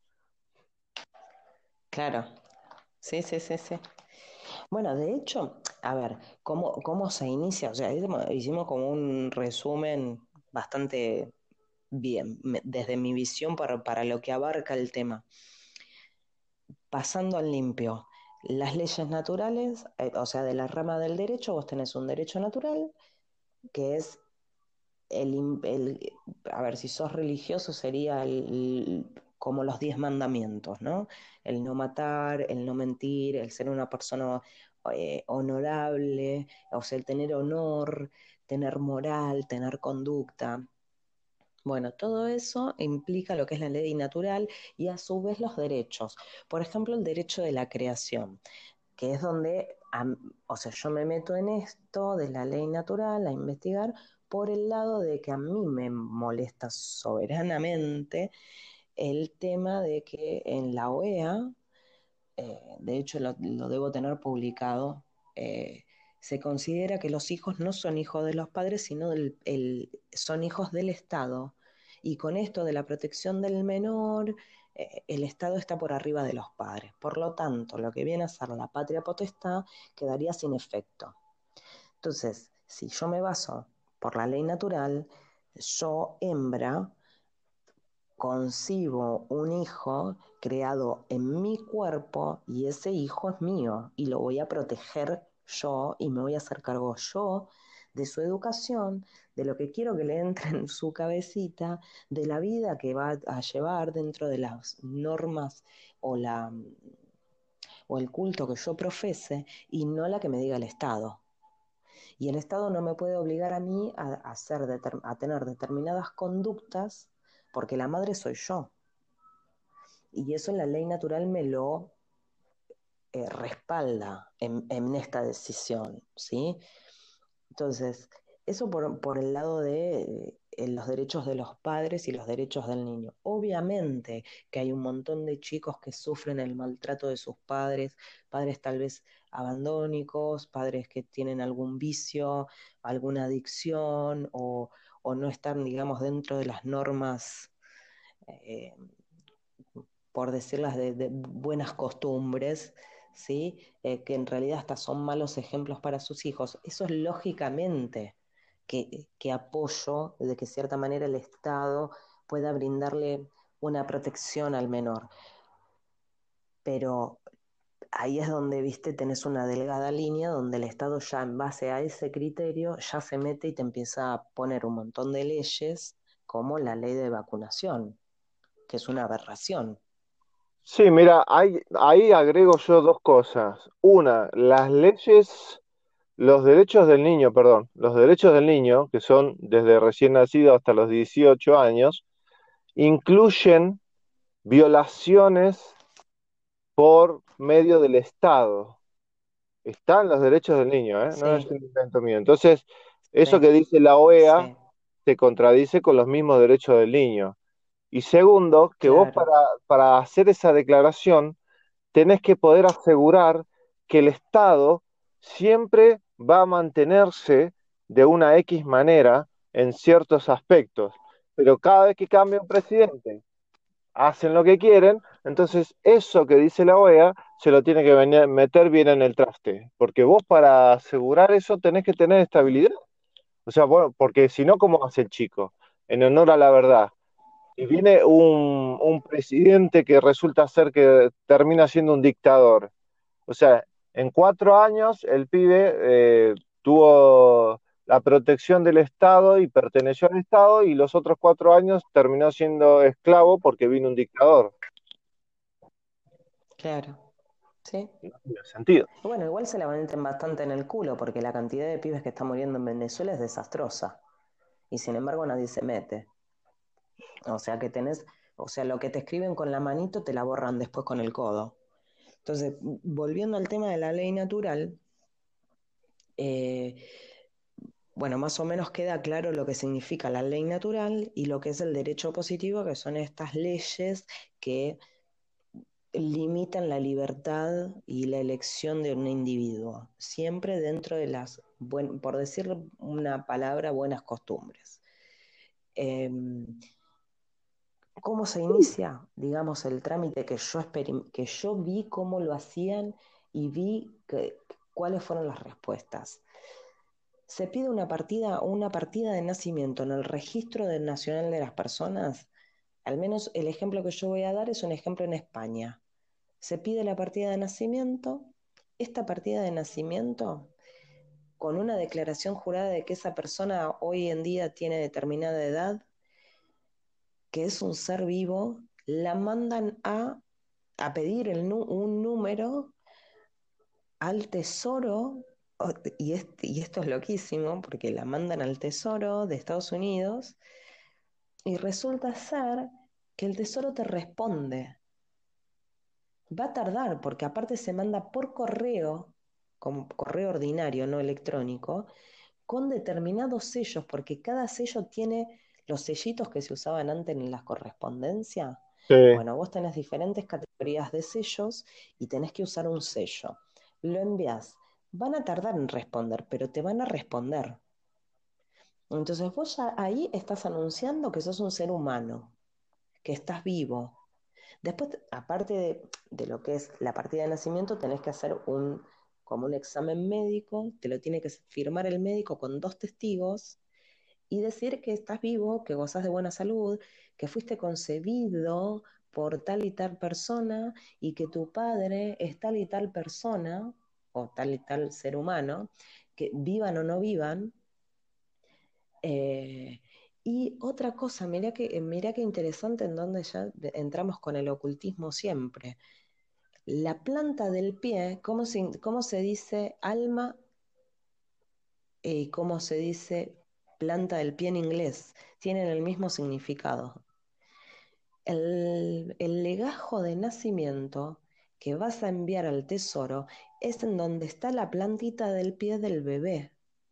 Claro, sí, sí, sí, sí. Bueno, de hecho, a ver, ¿cómo se inicia? O sea, hicimos como un resumen bastante bien, desde mi visión para lo que abarca el tema. Pasando al limpio, las leyes naturales, o sea, de la rama del derecho, vos tenés un derecho natural, que es el, a ver, si sos religioso sería como los 10 mandamientos, ¿no? El no matar, el no mentir, el ser una persona honorable, o sea, el tener honor, tener moral, tener conducta. Bueno, todo eso implica lo que es la ley natural y a su vez los derechos. Por ejemplo, el derecho de la creación, que es donde, o sea, yo me meto en esto de la ley natural a investigar por el lado de que a mí me molesta soberanamente el tema de que en la OEA, de hecho lo debo tener publicado, se considera que los hijos no son hijos de los padres, sino son hijos del Estado. Y con esto de la protección del menor, el Estado está por arriba de los padres. Por lo tanto, lo que viene a ser la patria potestad quedaría sin efecto. Entonces, si yo me baso por la ley natural, yo, hembra, concibo un hijo creado en mi cuerpo y ese hijo es mío y lo voy a proteger yo y me voy a hacer cargo yo de su educación, de lo que quiero que le entre en su cabecita, de la vida que va a llevar dentro de las normas o, o el culto que yo profese y no la que me diga el Estado. Y el Estado no me puede obligar a mí a tener determinadas conductas porque la madre soy yo. Y eso la ley natural me lo respalda en esta decisión, ¿sí? Entonces, eso por el lado de los derechos de los padres y los derechos del niño. Obviamente que hay un montón de chicos que sufren el maltrato de sus padres, padres tal vez abandónicos, padres que tienen algún vicio, alguna adicción o no están, digamos, dentro de las normas eh, por decirlas, de buenas costumbres, ¿sí? Que en realidad hasta son malos ejemplos para sus hijos. Eso es lógicamente que apoyo de que de cierta manera el Estado pueda brindarle una protección al menor. Pero ahí es donde, viste, tenés una delgada línea donde el Estado ya en base a ese criterio ya se mete y te empieza a poner un montón de leyes como la ley de vacunación, que es una aberración. Sí, mira, ahí agrego yo dos cosas. Una, las leyes, los derechos del niño, perdón, los derechos del niño, que son desde recién nacido hasta los 18 años, incluyen violaciones por medio del Estado. Están los derechos del niño, ¿eh? No es Sí, un invento mío. Entonces, eso sí, que dice la OEA sí. se contradice con los mismos derechos del niño. Y segundo, que vos Claro, para hacer esa declaración tenés que poder asegurar que el Estado siempre va a mantenerse de una X manera en ciertos aspectos. Pero cada vez que cambia un presidente, hacen lo que quieren, entonces eso que dice la OEA se lo tiene que meter bien en el traste, porque vos para asegurar eso tenés que tener estabilidad. O sea, bueno, porque si no, ¿cómo hace el chico? En honor a la verdad. Y viene un presidente que resulta ser que termina siendo un dictador. O sea, en 4 años el pibe tuvo la protección del Estado y perteneció al Estado, y los otros 4 años terminó siendo esclavo porque vino un dictador. Claro, sí. No tiene sentido. Bueno, igual se la meten bastante en el culo porque la cantidad de pibes que están muriendo en Venezuela es desastrosa. Y sin embargo nadie se mete. O sea que tenés, o sea, lo que te escriben con la manito te la borran después con el codo. Entonces, volviendo al tema de la ley natural, eh, bueno, más o menos queda claro lo que significa la ley natural y lo que es el derecho positivo, que son estas leyes que limitan la libertad y la elección de un individuo, siempre dentro de las, por decir una palabra, buenas costumbres. Eh, ¿Cómo se inicia, digamos, el trámite que yo vi cómo lo hacían y vi cuáles fueron las respuestas? Se pide una partida de nacimiento en el registro nacional de las personas. Al menos el ejemplo que yo voy a dar es un ejemplo en España. Se pide la partida de nacimiento. Esta partida de nacimiento, con una declaración jurada de que esa persona hoy en día tiene determinada edad, que es un ser vivo, la mandan a pedir un número al tesoro, y esto es loquísimo, porque la mandan al tesoro de Estados Unidos, y resulta ser que el tesoro te responde. Va a tardar, porque aparte se manda por correo, como correo ordinario, no electrónico, con determinados sellos, porque cada sello tiene los sellitos que se usaban antes en las correspondencias. Sí, Bueno, vos tenés diferentes categorías de sellos y tenés que usar un sello. Lo envías. Van a tardar en responder, pero te van a responder. Entonces vos ya ahí estás anunciando que sos un ser humano, que estás vivo. Después, aparte de lo que es la partida de nacimiento, tenés que hacer como un examen médico, te lo tiene que firmar el médico con dos testigos y decir que estás vivo, que gozas de buena salud, que fuiste concebido por tal y tal persona y que tu padre es tal y tal persona o tal y tal ser humano, que vivan o no vivan. eh, y otra cosa, mirá qué interesante en donde ya entramos con el ocultismo siempre. La planta del pie, cómo se dice alma y cómo se dice planta del pie en inglés? Tienen el mismo significado. El legajo de nacimiento que vas a enviar al tesoro es en donde está la plantita del pie del bebé,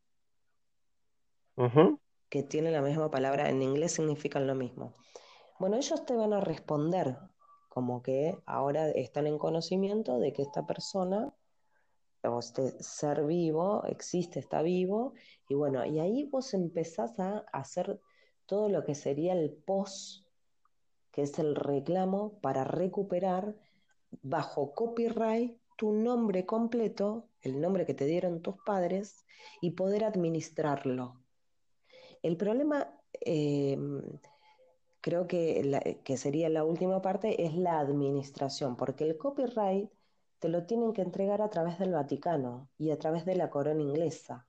ujú, que tiene la misma palabra, en inglés significan lo mismo. Bueno, ellos te van a responder como que ahora están en conocimiento de que esta persona o este ser vivo existe, está vivo, y bueno, y ahí vos empezás a hacer todo lo que sería el post, que es el reclamo para recuperar bajo copyright tu nombre completo, el nombre que te dieron tus padres, y poder administrarlo. El problema, creo que sería la última parte, es la administración, porque el copyright te lo tienen que entregar a través del Vaticano y a través de la corona inglesa,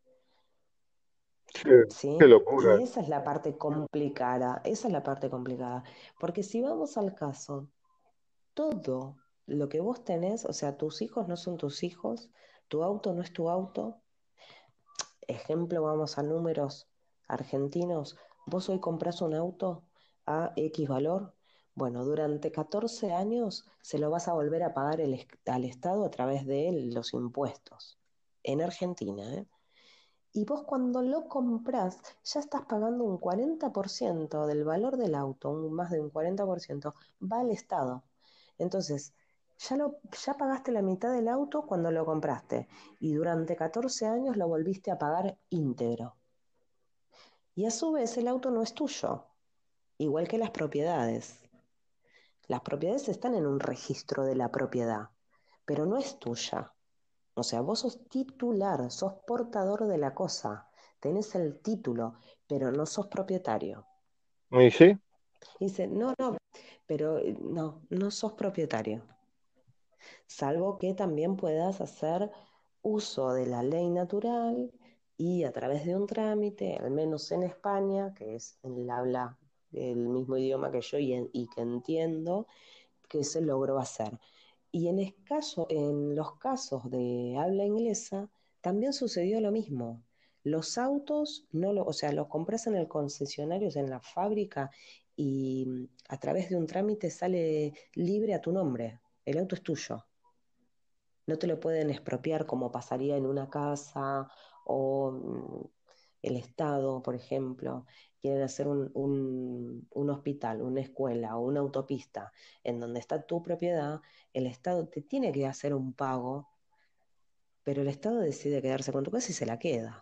qué, qué ¿sí? Y locura. esa es la parte complicada, esa es la parte complicada, porque si vamos al caso, todo lo que vos tenés, o sea, tus hijos no son tus hijos, tu auto no es tu auto. Ejemplo, vamos a números argentinos. Vos hoy compras un auto a X valor. Bueno, durante 14 años se lo vas a volver a pagar al Estado a través de los impuestos. En Argentina, ¿eh? Y vos cuando lo compras ya estás pagando un 40% del valor del auto, más de un 40% va al Estado. Entonces, ya pagaste la mitad del auto cuando lo compraste y durante 14 años lo volviste a pagar íntegro. Y a su vez el auto no es tuyo, igual que las propiedades. Las propiedades están en un registro de la propiedad, pero no es tuya. O sea, vos sos titular, sos portador de la cosa, tenés el título, pero no sos propietario. ¿Y sí? Y dice, no, no, pero no, no sos propietario, salvo que también puedas hacer uso de la ley natural, y a través de un trámite, al menos en España, que es el habla el mismo idioma que yo y que entiendo, que se logró hacer. Y en los casos de habla inglesa también sucedió lo mismo. Los autos, o sea, los compras en el concesionario, o sea, en la fábrica, y a través de un trámite sale libre a tu nombre. El auto es tuyo. No te lo pueden expropiar como pasaría en una casa o el Estado, por ejemplo. Quieren hacer un hospital, una escuela o una autopista en donde está tu propiedad, el Estado te tiene que hacer un pago, pero el Estado decide quedarse con tu casa y se la queda.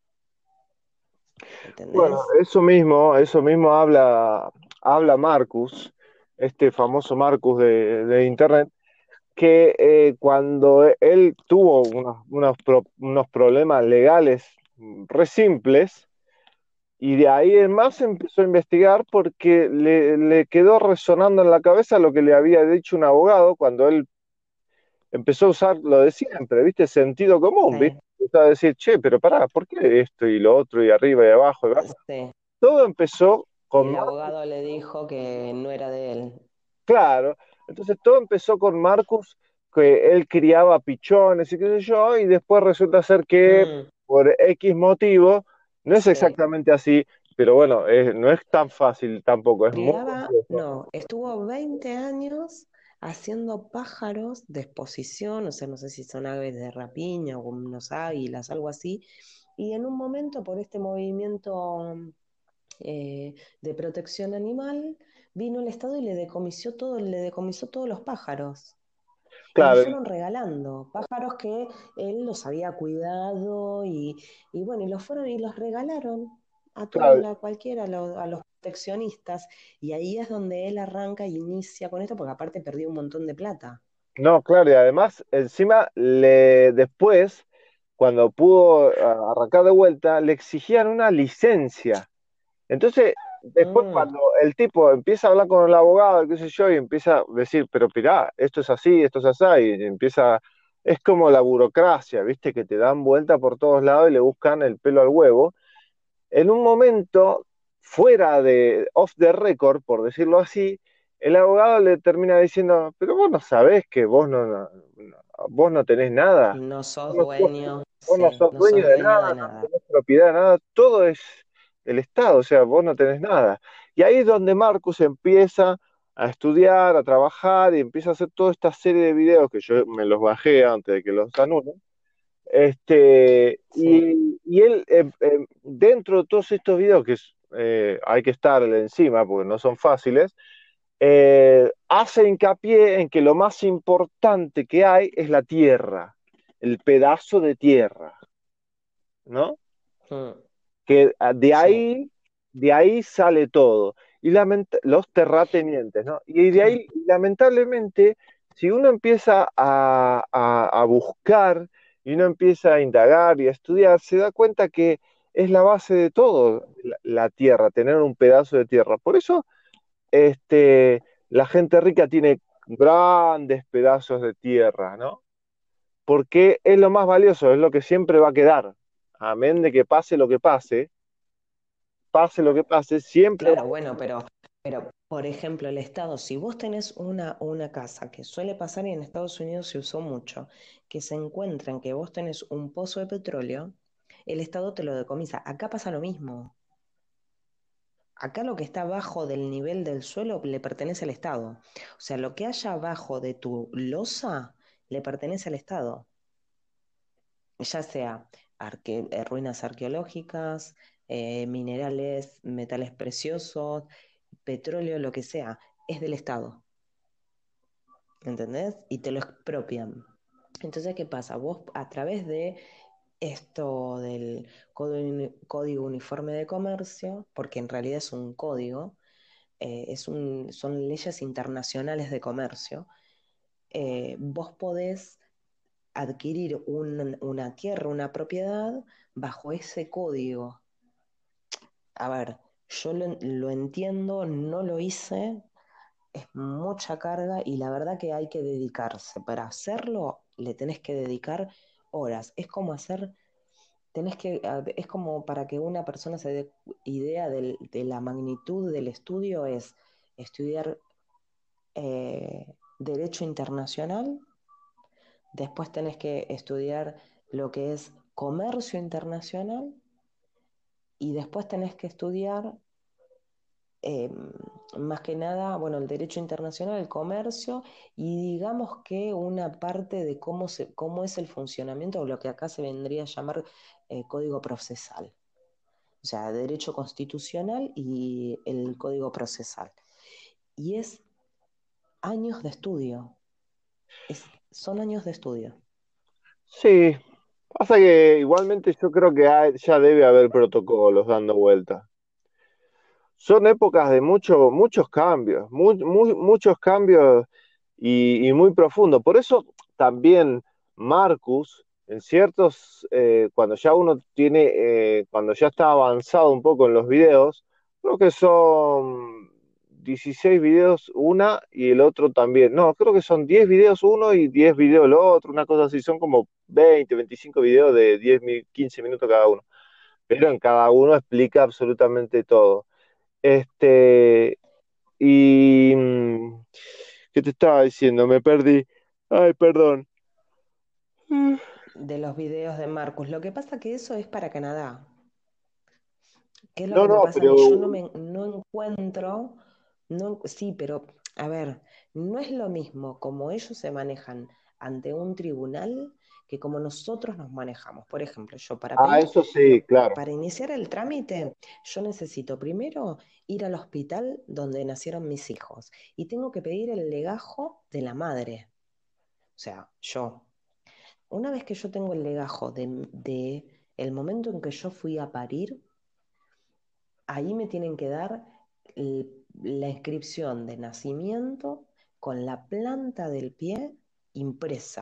Bueno, ¿Entendés? eso mismo habla Marcus, este famoso Marcus de Internet, que cuando él tuvo unos problemas legales re simples, y de ahí en más empezó a investigar porque le quedó resonando en la cabeza lo que le había dicho un abogado cuando él empezó a usar lo de siempre, ¿viste? Sentido común, ¿viste? Sí, Empezó a decir, che, pero pará, ¿por qué esto y lo otro y arriba y abajo? sí. Todo empezó Y con el Marcus, abogado le dijo que no era de él. claro. Entonces todo empezó con Marcus, que él criaba pichones y qué sé yo, y después resulta ser que Mm, por X motivo, no es sí. exactamente así, pero bueno, no es tan fácil tampoco, es muy Criaba, complejo. no, estuvo 20 años haciendo pájaros de exposición, o sea, no sé si son aves de rapiña o unos águilas, algo así, y en un momento por este movimiento de protección animal, vino el Estado y le decomisó todos los pájaros. Y los Claro, fueron regalando, pájaros que él los había cuidado y bueno, y los fueron y los regalaron a todos, claro, cualquiera, a los proteccionistas, y ahí es donde él arranca e inicia con esto, porque aparte perdió un montón de plata. no, claro, y además, encima, después, cuando pudo arrancar de vuelta, le exigían una licencia. Entonces, después Mm, cuando el tipo empieza a hablar con el abogado, qué sé yo, y empieza a decir, pero pirá, esto es así, y empieza, es como la burocracia, ¿viste? Que te dan vuelta por todos lados y le buscan el pelo al huevo. En un momento, fuera de off the record, por decirlo así, el abogado le termina diciendo, pero vos no sabés que vos no tenés nada, no sos vos no sos, dueño, vos no sí, sos no dueño sos de dueño nada, de no nada. tenés propiedad de nada, todo es el Estado, o sea, vos no tenés nada. Y ahí es donde Marcus empieza a estudiar, a trabajar y empieza a hacer toda esta serie de videos que yo me los bajé antes de que los anulen. Sí, Y él, dentro de todos estos videos, hay que estarle encima porque no son fáciles, hace hincapié en que lo más importante que hay es la tierra, el pedazo de tierra, ¿no? mm, Que sí. de ahí sale todo. Y los terratenientes, ¿no? Y de ahí, lamentablemente, si uno empieza a buscar y uno empieza a indagar y a estudiar, se da cuenta que es la base de todo, la tierra, tener un pedazo de tierra. Por eso, la gente rica tiene grandes pedazos de tierra, ¿no? Porque es lo más valioso, es lo que siempre va a quedar. Amén de que pase lo que pase, siempre va. Claro, bueno, pero por ejemplo, el Estado, si vos tenés una casa, que suele pasar y en Estados Unidos se usó mucho, que se encuentra en que vos tenés un pozo de petróleo, el Estado te lo decomisa. Acá pasa lo mismo. Acá lo que está abajo del nivel del suelo le pertenece al Estado. O sea, lo que haya abajo de tu losa le pertenece al Estado, ya sea ruinas arqueológicas, minerales, metales preciosos, petróleo, lo que sea, es del Estado, ¿entendés? Y te lo expropian. Entonces, ¿qué pasa? Vos a través de esto del Código Uniforme de Comercio, porque en realidad es un código, son leyes internacionales de comercio, vos podés adquirir una tierra, una propiedad bajo ese código. A ver, yo lo entiendo, no lo hice, es mucha carga y la verdad que hay que dedicarse. Para hacerlo le tenés que dedicar horas. Es como hacer es como para que una persona se dé idea de la magnitud del estudio, es estudiar Derecho Internacional, después tenés que estudiar lo que es Comercio Internacional y después tenés que estudiar eh, más que nada, bueno, el derecho internacional, el comercio y digamos que una parte de cómo es el funcionamiento o lo que acá se vendría a llamar código procesal. O sea, derecho constitucional y el código procesal. Y es años de estudio, son años de estudio. Sí, pasa que igualmente yo creo que ya debe haber protocolos dando vueltas. Son épocas de muchos cambios, muchos cambios y muy profundos. Por eso también Marcus, en ciertos, cuando ya uno tiene, cuando ya está avanzado un poco en los videos, creo que son 16 videos una y el otro también. No, creo que son 10 videos uno y 10 videos el otro, una cosa así. Son como 20, 25 videos de 10, 15 minutos cada uno. Pero en cada uno explica absolutamente todo. Este, y ¿qué te estaba diciendo? Me perdí. Ay, perdón. Mm. De los videos de Marcus. Lo que pasa que eso es para Canadá. ¿Qué es lo No, que me no, pasa? Que yo pero no encuentro, no, sí, pero a ver, no es lo mismo como ellos se manejan ante un tribunal que como nosotros nos manejamos. Por ejemplo, yo para pedir, eso sí, claro. para iniciar el trámite, yo necesito primero ir al hospital donde nacieron mis hijos y tengo que pedir el legajo de la madre. O sea, yo. Una vez que yo tengo el legajo de el momento en que yo fui a parir, ahí me tienen que dar la inscripción de nacimiento con la planta del pie impresa.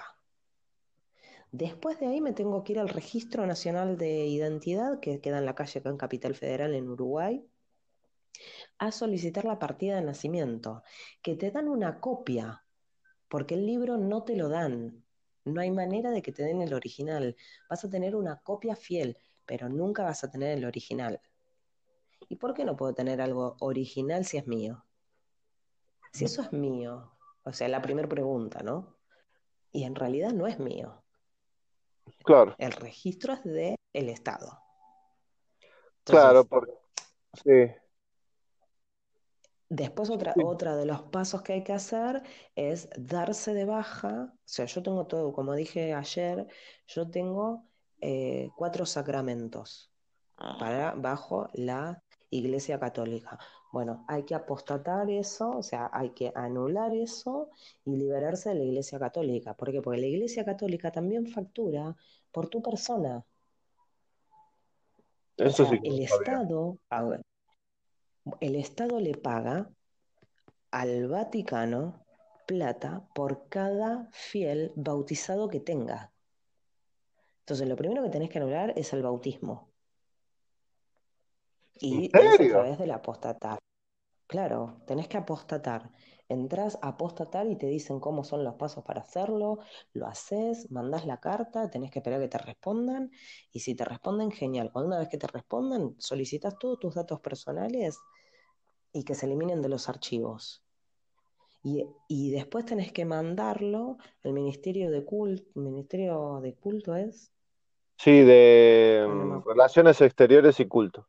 Después de ahí me tengo que ir al Registro Nacional de Identidad, que queda en la calle acá en Capital Federal, en Uruguay, a solicitar la partida de nacimiento, que te dan una copia, porque el libro no te lo dan. No hay manera de que te den el original. Vas a tener una copia fiel, pero nunca vas a tener el original. ¿Y por qué no puedo tener algo original si es mío? Si eso es mío, o sea, la primera pregunta, ¿no? Y en realidad no es mío. Claro, El registro es del Estado. claro, Entonces, porque sí, después sí, sí. otra de los pasos que hay que hacer es darse de baja. O sea, yo tengo todo, como dije ayer, yo tengo 4 sacramentos bajo la Iglesia Católica. Bueno, hay que apostatar eso, o sea, hay que anular eso y liberarse de la Iglesia Católica. ¿Por qué? Porque la Iglesia Católica también factura por tu persona. O Eso sí sea, que no sabía. El Estado le paga al Vaticano plata por cada fiel bautizado que tenga. Entonces, lo primero que tenés que anular es el bautismo. ¿En Y es a serio? través del apostatar. Claro, tenés que apostatar. Entrás a apostatar y te dicen cómo son los pasos para hacerlo, lo haces, mandás la carta, tenés que esperar que te respondan y si te responden, genial. Cuando una vez que te respondan, solicitas todos tus datos personales y que se eliminen de los archivos. Y después tenés que mandarlo al Ministerio de Culto es, Sí, de o no me acuerdo. Relaciones Exteriores y Culto.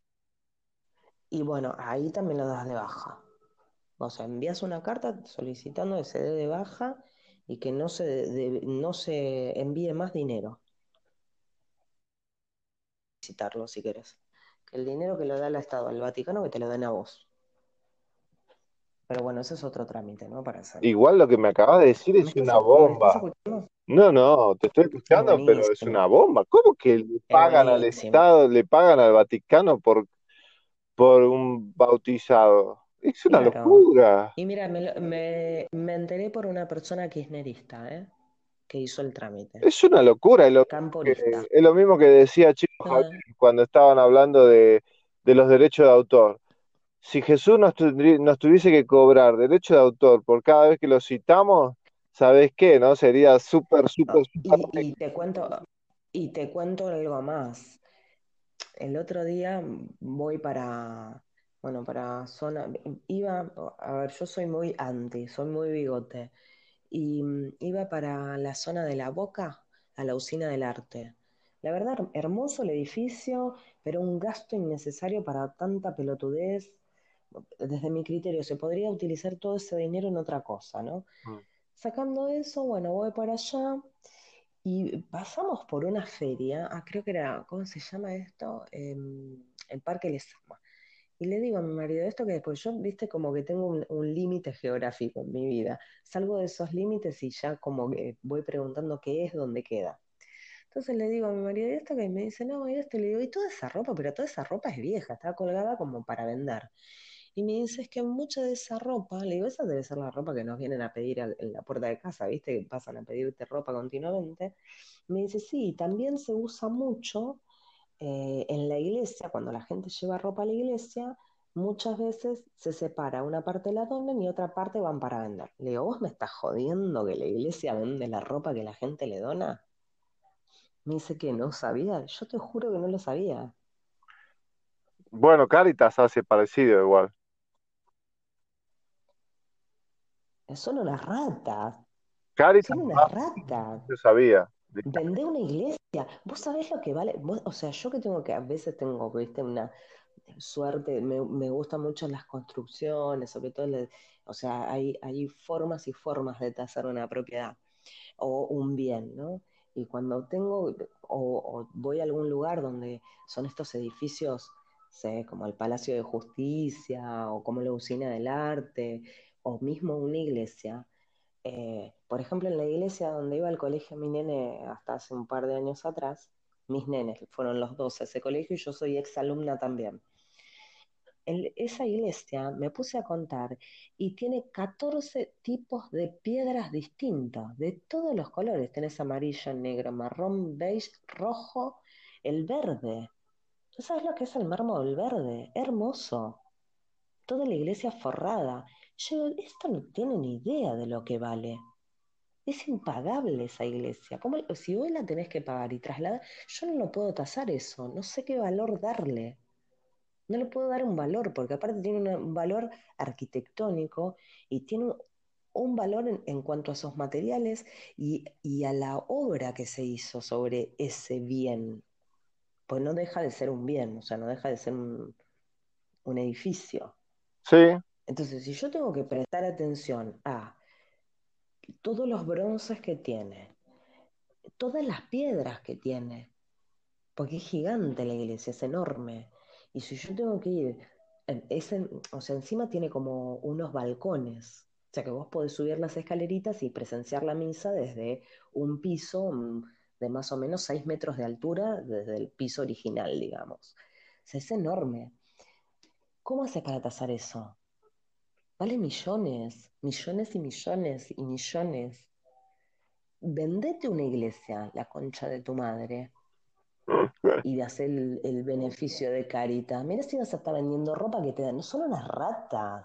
Y bueno, ahí también lo das de baja. O sea, envías una carta solicitando que se dé de baja y que no se envíe más dinero. Citarlo si querés. Que el dinero que lo da el Estado al Vaticano que te lo den a vos. Pero bueno, ese es otro trámite, ¿no? Para hacerlo. Igual lo que me acabas de decir ¿Me es estás, una me estás bomba. escuchando? No, no, te estoy Es escuchando, pero es una buenísimo. bomba. ¿Cómo que le Es pagan al buenísimo. Estado, le pagan al Vaticano por un bautizado? Es una Claro. locura. Y mira, me enteré por una persona kirchnerista, ¿eh? Que hizo el trámite. Es una locura. Camporista. Es lo mismo que decía Chico Javier Ah, cuando estaban hablando de los derechos de autor. Si Jesús nos tuviese que cobrar derecho de autor por cada vez que lo citamos, ¿sabés qué, no? Sería súper, súper, súper y te cuento. Y te cuento algo más. El otro día voy para, bueno, para zona, iba, a ver, yo soy muy anti, soy muy bigote, y iba para la zona de La Boca, a la usina del arte. La verdad, hermoso el edificio, pero un gasto innecesario para tanta pelotudez. Desde mi criterio, se podría utilizar todo ese dinero en otra cosa, ¿no? Mm. Sacando eso, bueno, voy para allá y pasamos por una feria, creo que era, ¿cómo se llama esto? El Parque Lesama. Y le digo a mi marido esto que después yo, viste, como que tengo un límite geográfico en mi vida. Salgo de esos límites y ya como que voy preguntando qué es, dónde queda. Entonces le digo a mi marido, ¿y esto que me dice? No, y esto, y le digo, y toda esa ropa, pero toda esa ropa es vieja, está colgada como para vender. Y me dice, es que mucha de esa ropa, le digo, esa debe ser la ropa que nos vienen a pedir en la puerta de casa, ¿viste? Que pasan a pedirte ropa continuamente. Me dice, sí, también se usa mucho en la iglesia, cuando la gente lleva ropa a la iglesia, muchas veces se separa, una parte la donan y otra parte van para vender. Le digo, ¿vos me estás jodiendo que la iglesia vende la ropa que la gente le dona? Me dice que no sabía, yo te juro que no lo sabía. Bueno, Caritas hace parecido igual. Son unas ratas, Caritas, son unas ratas. yo sabía. Vender una iglesia, vos sabés lo que vale. O sea, yo que tengo que, a veces tengo, viste, una suerte, me gustan mucho las construcciones, sobre todo, o sea, hay formas y formas de tasar una propiedad o un bien, ¿no? Y cuando tengo, o voy a algún lugar donde son estos edificios, sé, como el Palacio de Justicia, o como la Usina del Arte, o mismo una iglesia, por ejemplo, en la iglesia donde iba al colegio mi nene hasta hace un par de años atrás, mis nenes fueron los dos a ese colegio y yo soy exalumna también. Esa iglesia me puse a contar y tiene 14 tipos de piedras distintas, de todos los colores. Tenés amarillo, negro, marrón, beige, rojo, el verde. ¿Tú sabes lo que es el mármol verde? Hermoso. Toda la iglesia forrada. Yo, esto no tiene ni idea de lo que vale. Es impagable esa iglesia. Si hoy la tenés que pagar y trasladar, yo no lo puedo tasar eso, no sé qué valor darle. No le puedo dar un valor, porque aparte tiene un valor arquitectónico y tiene un valor en cuanto a sus materiales y a la obra que se hizo sobre ese bien. Pues no deja de ser un bien, o sea, no deja de ser un edificio. Sí, Entonces, si yo tengo que prestar atención a todos los bronces que tiene, todas las piedras que tiene, porque es gigante la iglesia, es enorme. Y si yo tengo que ir, o sea, encima tiene como unos balcones, o sea que vos podés subir las escaleritas y presenciar la misa desde un piso de más o menos 6 metros de altura, desde el piso original, digamos. O sea, es enorme. ¿Cómo haces para tasar eso? Vale millones, millones y millones y millones. Vendete una iglesia, la concha de tu madre, y de hacer el beneficio de Caritas. Mira si vas a estar vendiendo ropa que te dan. No son unas ratas.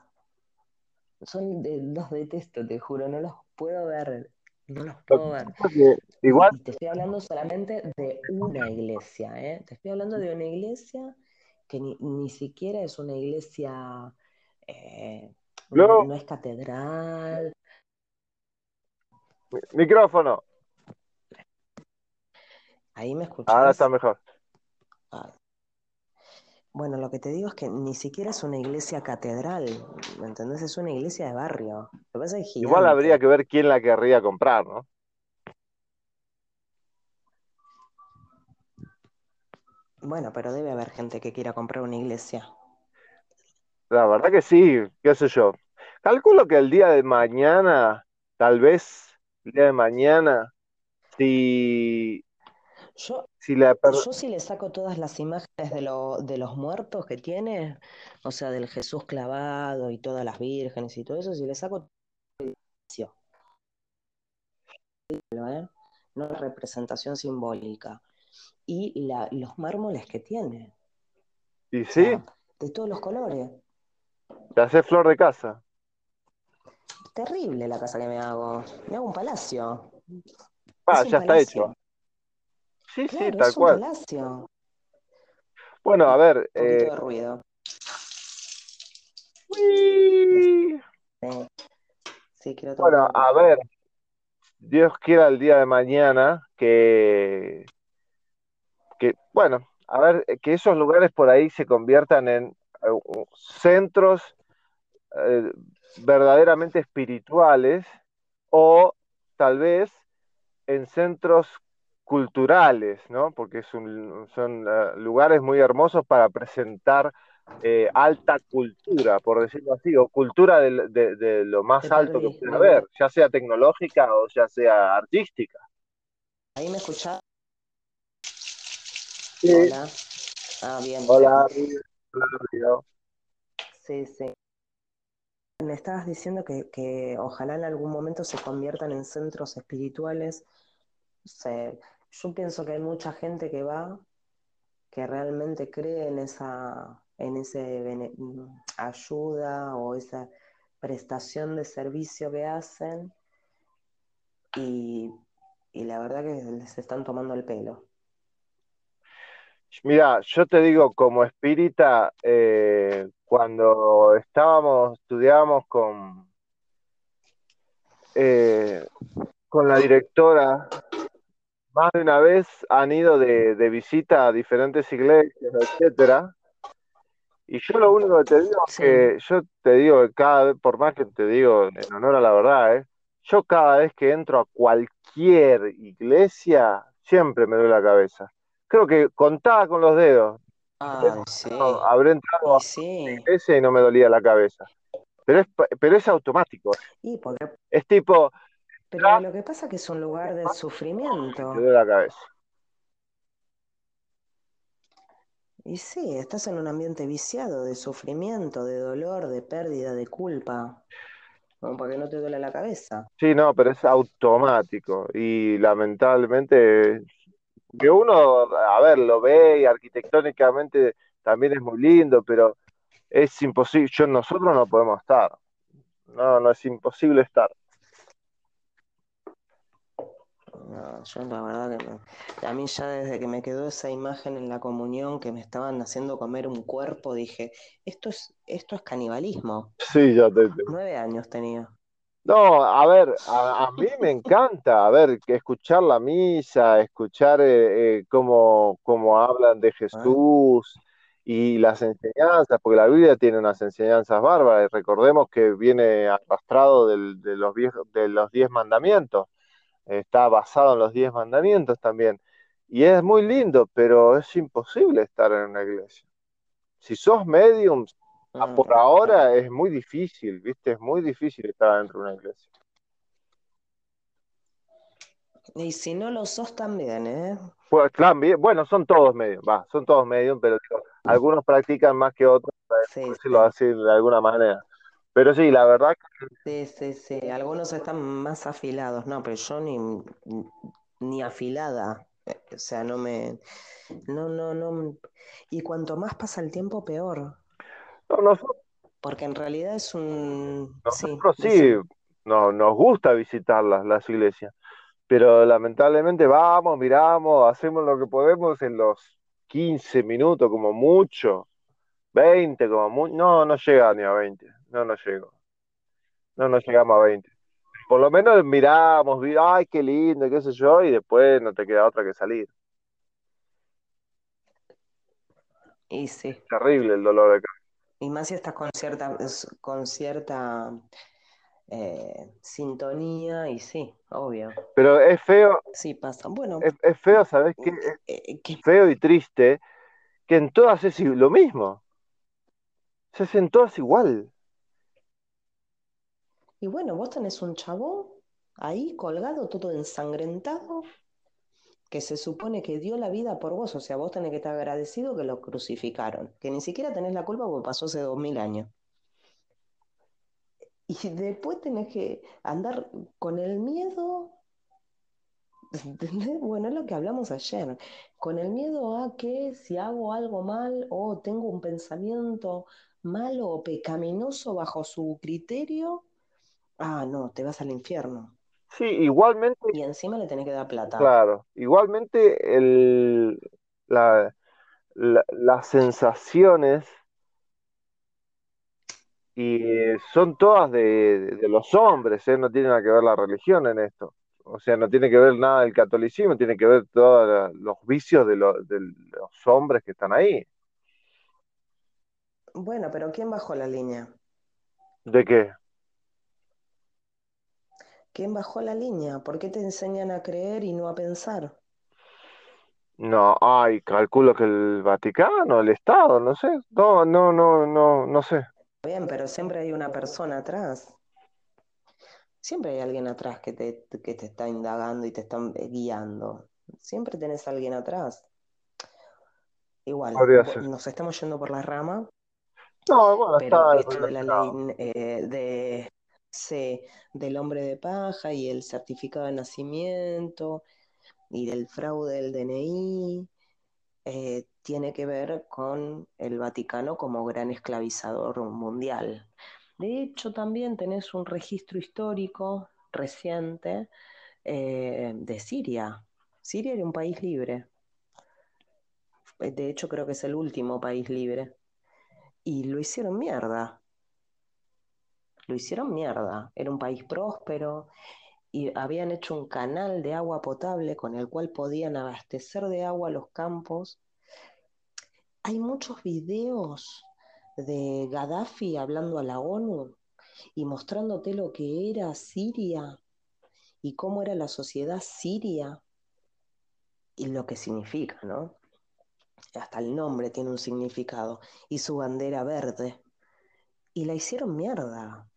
Los detesto, te juro. No los puedo ver. No los lo que puedo ver. pasa es que igual, Y te estoy hablando solamente de una iglesia, ¿eh? Te estoy hablando de una iglesia que ni siquiera es una iglesia, eh, luego, no es catedral. micrófono, ¿Ahí me ahora está escuchás? mejor. Ah, bueno, lo que te digo es que ni siquiera es una iglesia catedral, ¿me entendés? Es una iglesia de barrio. Lo que pasa es que es Igual habría gigante. que ver quién la querría comprar, ¿no? Bueno, pero debe haber gente que quiera comprar una iglesia. La verdad que sí, qué sé yo. Calculo que el día de mañana, tal vez, el día de mañana, si, Yo, si la... yo sí le saco todas las imágenes de los muertos que tiene, o sea, del Jesús clavado y todas las vírgenes y todo eso, si le saco todo, ¿eh? No es representación simbólica. Y los mármoles que tiene, Y o sí, sea, de todos los colores. te hace flor de casa. Terrible la casa que me hago. Me hago un palacio. Ah, Es un ya está hecho. palacio. Sí, sí, Claro, tal es un cual. palacio. Bueno, a ver, Un poquito de ruido. uy. Sí, sí, quiero tomar Bueno, un a poco de ver, agua. Dios quiera el día de mañana bueno, a ver, que esos lugares por ahí se conviertan en centros eh, verdaderamente espirituales o tal vez en centros culturales, ¿no? Porque son lugares muy hermosos para presentar alta cultura, por decirlo así, o cultura de lo más Te alto que perdí, pueda Nico. haber, ya sea tecnológica o ya sea artística. ¿Ahí me escuchás? Sí. Hola. Ah, bien, bien. Hola, Rubio. Hola, Rubio. Sí, sí. Me estabas diciendo que ojalá en algún momento se conviertan en centros espirituales. Yo pienso que hay mucha gente que va, que realmente cree en en ese ayuda o esa prestación de servicio que hacen y, y la verdad que les están tomando el pelo. Mira, yo te digo, como espírita, cuando estudiábamos eh, con la directora, más de una vez han ido de visita a diferentes iglesias, etcétera. Y yo lo único que te digo es Sí. que yo te digo que cada vez, por más que te digo en honor a la verdad, yo cada vez que entro a cualquier iglesia, siempre me duele la cabeza. Creo que contaba con los dedos. Ay, sí. Habré entrado a Y una sí. iglesia y no me dolía la cabeza. Pero es automático. Y porque, Es tipo, pero lo que pasa es que es un lugar de y te sufrimiento. duele la cabeza. Y sí, estás en un ambiente viciado de sufrimiento, de dolor, de pérdida, de culpa. Como para que no te duele la cabeza. Sí, no, pero es automático. Y lamentablemente, que uno, a ver, lo ve y arquitectónicamente también es muy lindo, pero es imposible. Nosotros no podemos estar. No, no, es imposible estar. No, yo la verdad a mí ya desde que me quedó esa imagen en la comunión que me estaban haciendo comer un cuerpo, dije, esto es canibalismo. Sí, ya te. 9 años tenía. No, a ver, a mí me encanta, a ver, que escuchar la misa, escuchar cómo hablan de ¿Ah? Jesús y las enseñanzas, porque la Biblia tiene unas enseñanzas bárbaras, y recordemos que viene arrastrado de los 10 mandamientos, está basado en los 10 mandamientos también, y es muy lindo, pero es imposible estar en una iglesia. Si sos medium, por ahora es muy difícil, ¿viste? Es muy difícil estar dentro de una iglesia. Y si no lo sos también, ¿eh? Pues, claro, bueno, son todos medios, va, son todos medios, pero digo, algunos practican más que otros, por Sí, decirlo sí. así de alguna manera. Pero sí, la verdad que Sí, sí, sí. Algunos están más afilados, no, pero yo ni afilada. O sea, no me. No, no, no. Y cuanto más pasa el tiempo, peor. no, nosotros, Porque en realidad es un. Sí, nosotros sí decime. nos gusta visitar las iglesias, pero lamentablemente vamos, miramos, hacemos lo que podemos en los 15 minutos como mucho, 20 como mucho, no, no llega ni a 20, no, no llego, no, no llegamos a 20. Por lo menos miramos, ay, qué lindo, qué sé yo, y después no te queda otra que salir. Y sí. Terrible el dolor de cabeza. Y más si estás con cierta sintonía, y sí, obvio. Pero es feo, Sí pasa. Bueno, es feo, ¿sabes qué? Es que feo y triste que en todas es lo mismo. Se hacen todas igual. y bueno, vos tenés un chabón ahí colgado, todo ensangrentado, que se supone que dio la vida por vos. O sea, vos tenés que estar agradecido que lo crucificaron, que ni siquiera tenés la culpa porque pasó hace 2000 años. Y después tenés que andar con el miedo, ¿entendés? Bueno, es lo que hablamos ayer, con el miedo a que si hago algo mal o tengo un pensamiento malo o pecaminoso bajo su criterio, ah, no, te vas al infierno. Sí, igualmente, Y encima le tenés que dar plata. claro, igualmente la- las sensaciones y son todas de los hombres, ¿eh? No tiene nada que ver la religión en esto. O sea, no tiene que ver nada del catolicismo, tiene que ver todos los vicios de los hombres que están ahí. Bueno, pero ¿quién bajó la línea? ¿De qué? ¿Quién bajó la línea? ¿Por qué te enseñan a creer y no a pensar? No, ay, calculo que el Vaticano, el Estado, no sé. No, no, no, no, no sé. Bien, pero siempre hay una persona atrás. Siempre hay alguien atrás que te está indagando y te está guiando. Siempre tenés a alguien atrás. Igual, Podría ser. nos estamos yendo por la rama, No, bueno, está pero esto de la ley relacionado. sí, del hombre de paja y el certificado de nacimiento y del fraude del DNI, tiene que ver con el Vaticano como gran esclavizador mundial. De hecho, también tenés un registro histórico reciente de Siria. Siria era un país libre. De hecho, creo que es el último país libre. Y lo hicieron mierda. Lo hicieron mierda. Era un país próspero y habían hecho un canal de agua potable con el cual podían abastecer de agua los campos. Hay muchos videos de Gaddafi hablando a la ONU y mostrándote lo que era Siria y cómo era la sociedad siria y lo que significa, ¿no? Hasta el nombre tiene un significado y su bandera verde. Y la hicieron mierda.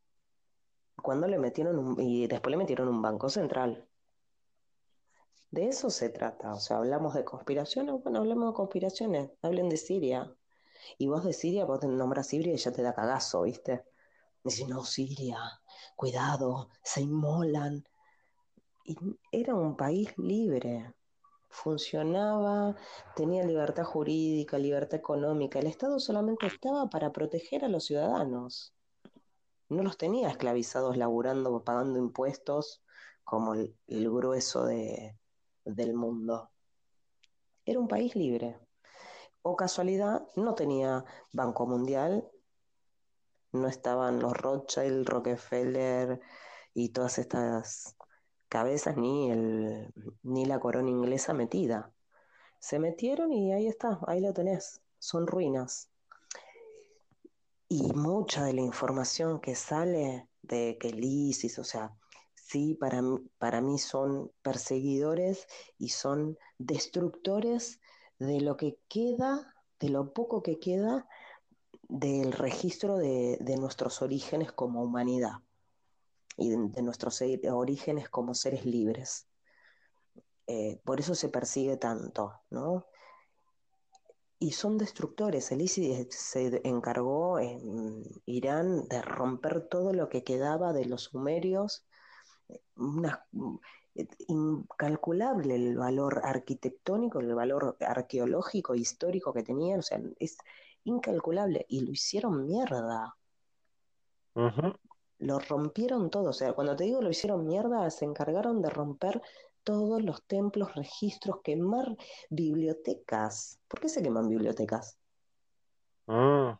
Y después le metieron un banco central. De eso se trata. O sea, hablamos de conspiraciones. Bueno, hablemos de conspiraciones. Hablen de Siria. Y vos de Siria, vos te nombras Siria y ya te da cagazo, ¿viste? Dice, no, Siria, cuidado, se inmolan. Y era un país libre, funcionaba, tenía libertad jurídica, libertad económica. El Estado solamente estaba para proteger a los ciudadanos. No los tenía esclavizados laburando, pagando impuestos como el grueso del mundo. Era un país libre. O casualidad, no tenía Banco Mundial, no estaban los Rothschild, Rockefeller y todas estas cabezas, ni la corona inglesa metida. Se metieron y ahí está, ahí lo tenés. Son ruinas. Y mucha de la información que sale de que el ISIS, o sea, sí, para mí son perseguidores y son destructores de lo que queda, de lo poco que queda del registro de nuestros orígenes como humanidad y de nuestros orígenes como seres libres. Por eso se persigue tanto, ¿no? Y son destructores. El ISIS se encargó en Irán de romper todo lo que quedaba de los sumerios, una, incalculable el valor arquitectónico, el valor arqueológico, histórico que tenían, o sea, es incalculable y lo hicieron mierda. Ujú. Lo rompieron todo. O sea, cuando te digo lo hicieron mierda, se encargaron de romper todos los templos, registros, quemar bibliotecas. ¿Por qué se queman bibliotecas? Mm.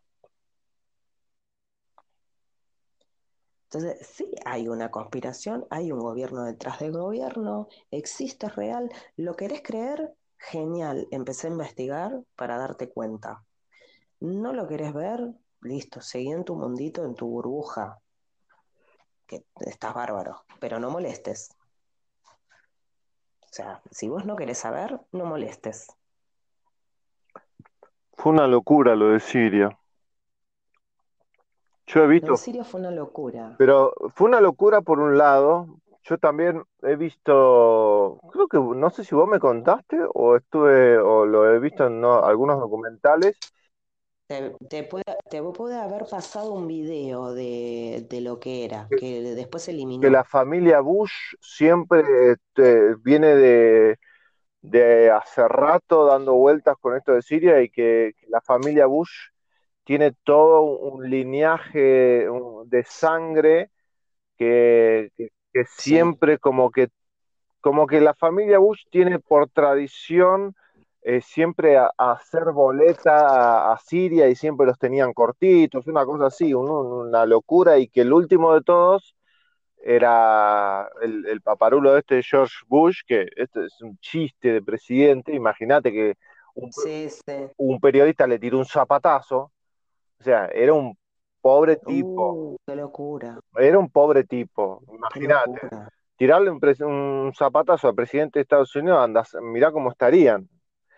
Entonces, sí hay una conspiración, hay un gobierno detrás del gobierno, existe real. ¿Lo querés creer? Genial, empecé a investigar para darte cuenta. ¿No lo querés ver? Listo, seguí en tu mundito, en tu burbuja, que estás bárbaro, pero no molestes. O sea, si vos no querés saber, no molestes. Fue una locura lo de Siria. Yo he Lo de visto, Siria fue una locura. pero fue una locura por un lado. Yo también he visto, creo que no sé si vos me contaste o estuve o lo he visto en algunos documentales Te puede haber pasado un video de lo que era, que, que después se que la eliminó. familia Bush siempre viene de hace rato dando vueltas con esto de Siria y que la familia Bush tiene todo un lineaje de sangre que que Sí, siempre como que la familia Bush tiene por tradición siempre a hacer boleta a Siria y siempre los tenían cortitos, una cosa así, una locura, y que el último de todos era el paparulo este de George Bush, que este es un chiste de presidente. Imagínate que un, sí, sí. un periodista le tiró un zapatazo, o sea, era un pobre tipo, Qué locura, era un pobre tipo, qué imagínate. locura. Tirarle un zapatazo al presidente de Estados Unidos, andas, mirá cómo estarían.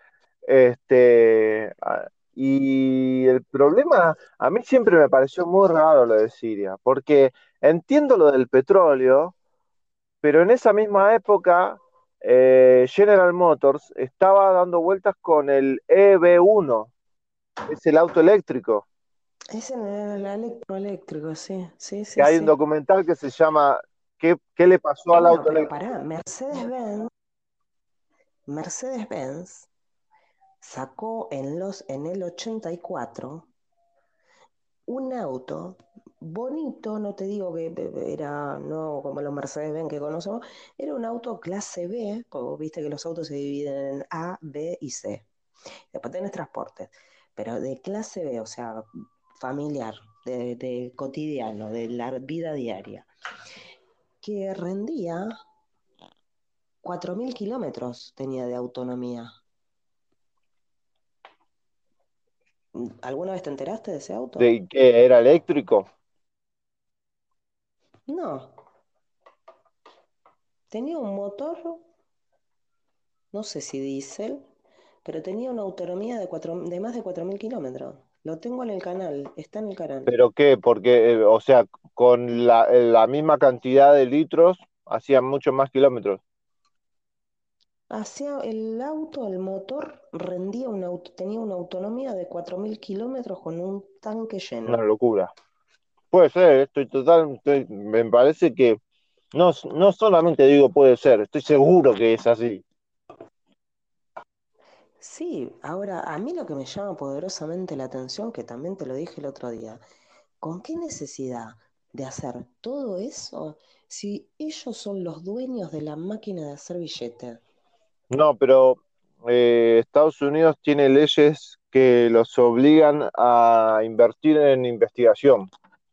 Y el problema, a mí siempre me pareció muy raro lo de Siria, porque entiendo lo del petróleo, pero en esa misma época General Motors estaba dando vueltas con el EV1, es el auto eléctrico, Es en el electroeléctrico, sí, sí, que sí, hay un sí. documental que se llama ¿Qué le pasó al Bueno, auto pero eléctrico? pará, Mercedes-Benz sacó en el 84 un auto bonito, no te digo que era no como los Mercedes-Benz que conocemos, era un auto clase B, porque vos viste que los autos se dividen en A, B y C. Después tenés transportes, pero de clase B, o sea, familiar, de cotidiano, de la vida diaria, que rendía 4.000 kilómetros tenía de autonomía. ¿Alguna vez te enteraste de ese auto? ¿De qué era eléctrico? No, tenía un motor, no sé si diésel, pero tenía una autonomía de más de 4.000 kilómetros. Lo tengo en el canal, está en el canal. ¿Pero qué? Porque, o sea, con la misma cantidad de litros hacían muchos más kilómetros. Hacia el auto, el motor rendía tenía una autonomía de 4.000 kilómetros con un tanque Una lleno. locura. Puede ser, me parece que no solamente digo puede ser, estoy seguro que es así. Sí, ahora a mí lo que me llama poderosamente la atención, que también te lo dije el otro día, ¿con qué necesidad de hacer todo eso si ellos son los dueños de la máquina de hacer billetes? No, pero Estados Unidos tiene leyes que los obligan a invertir en investigación.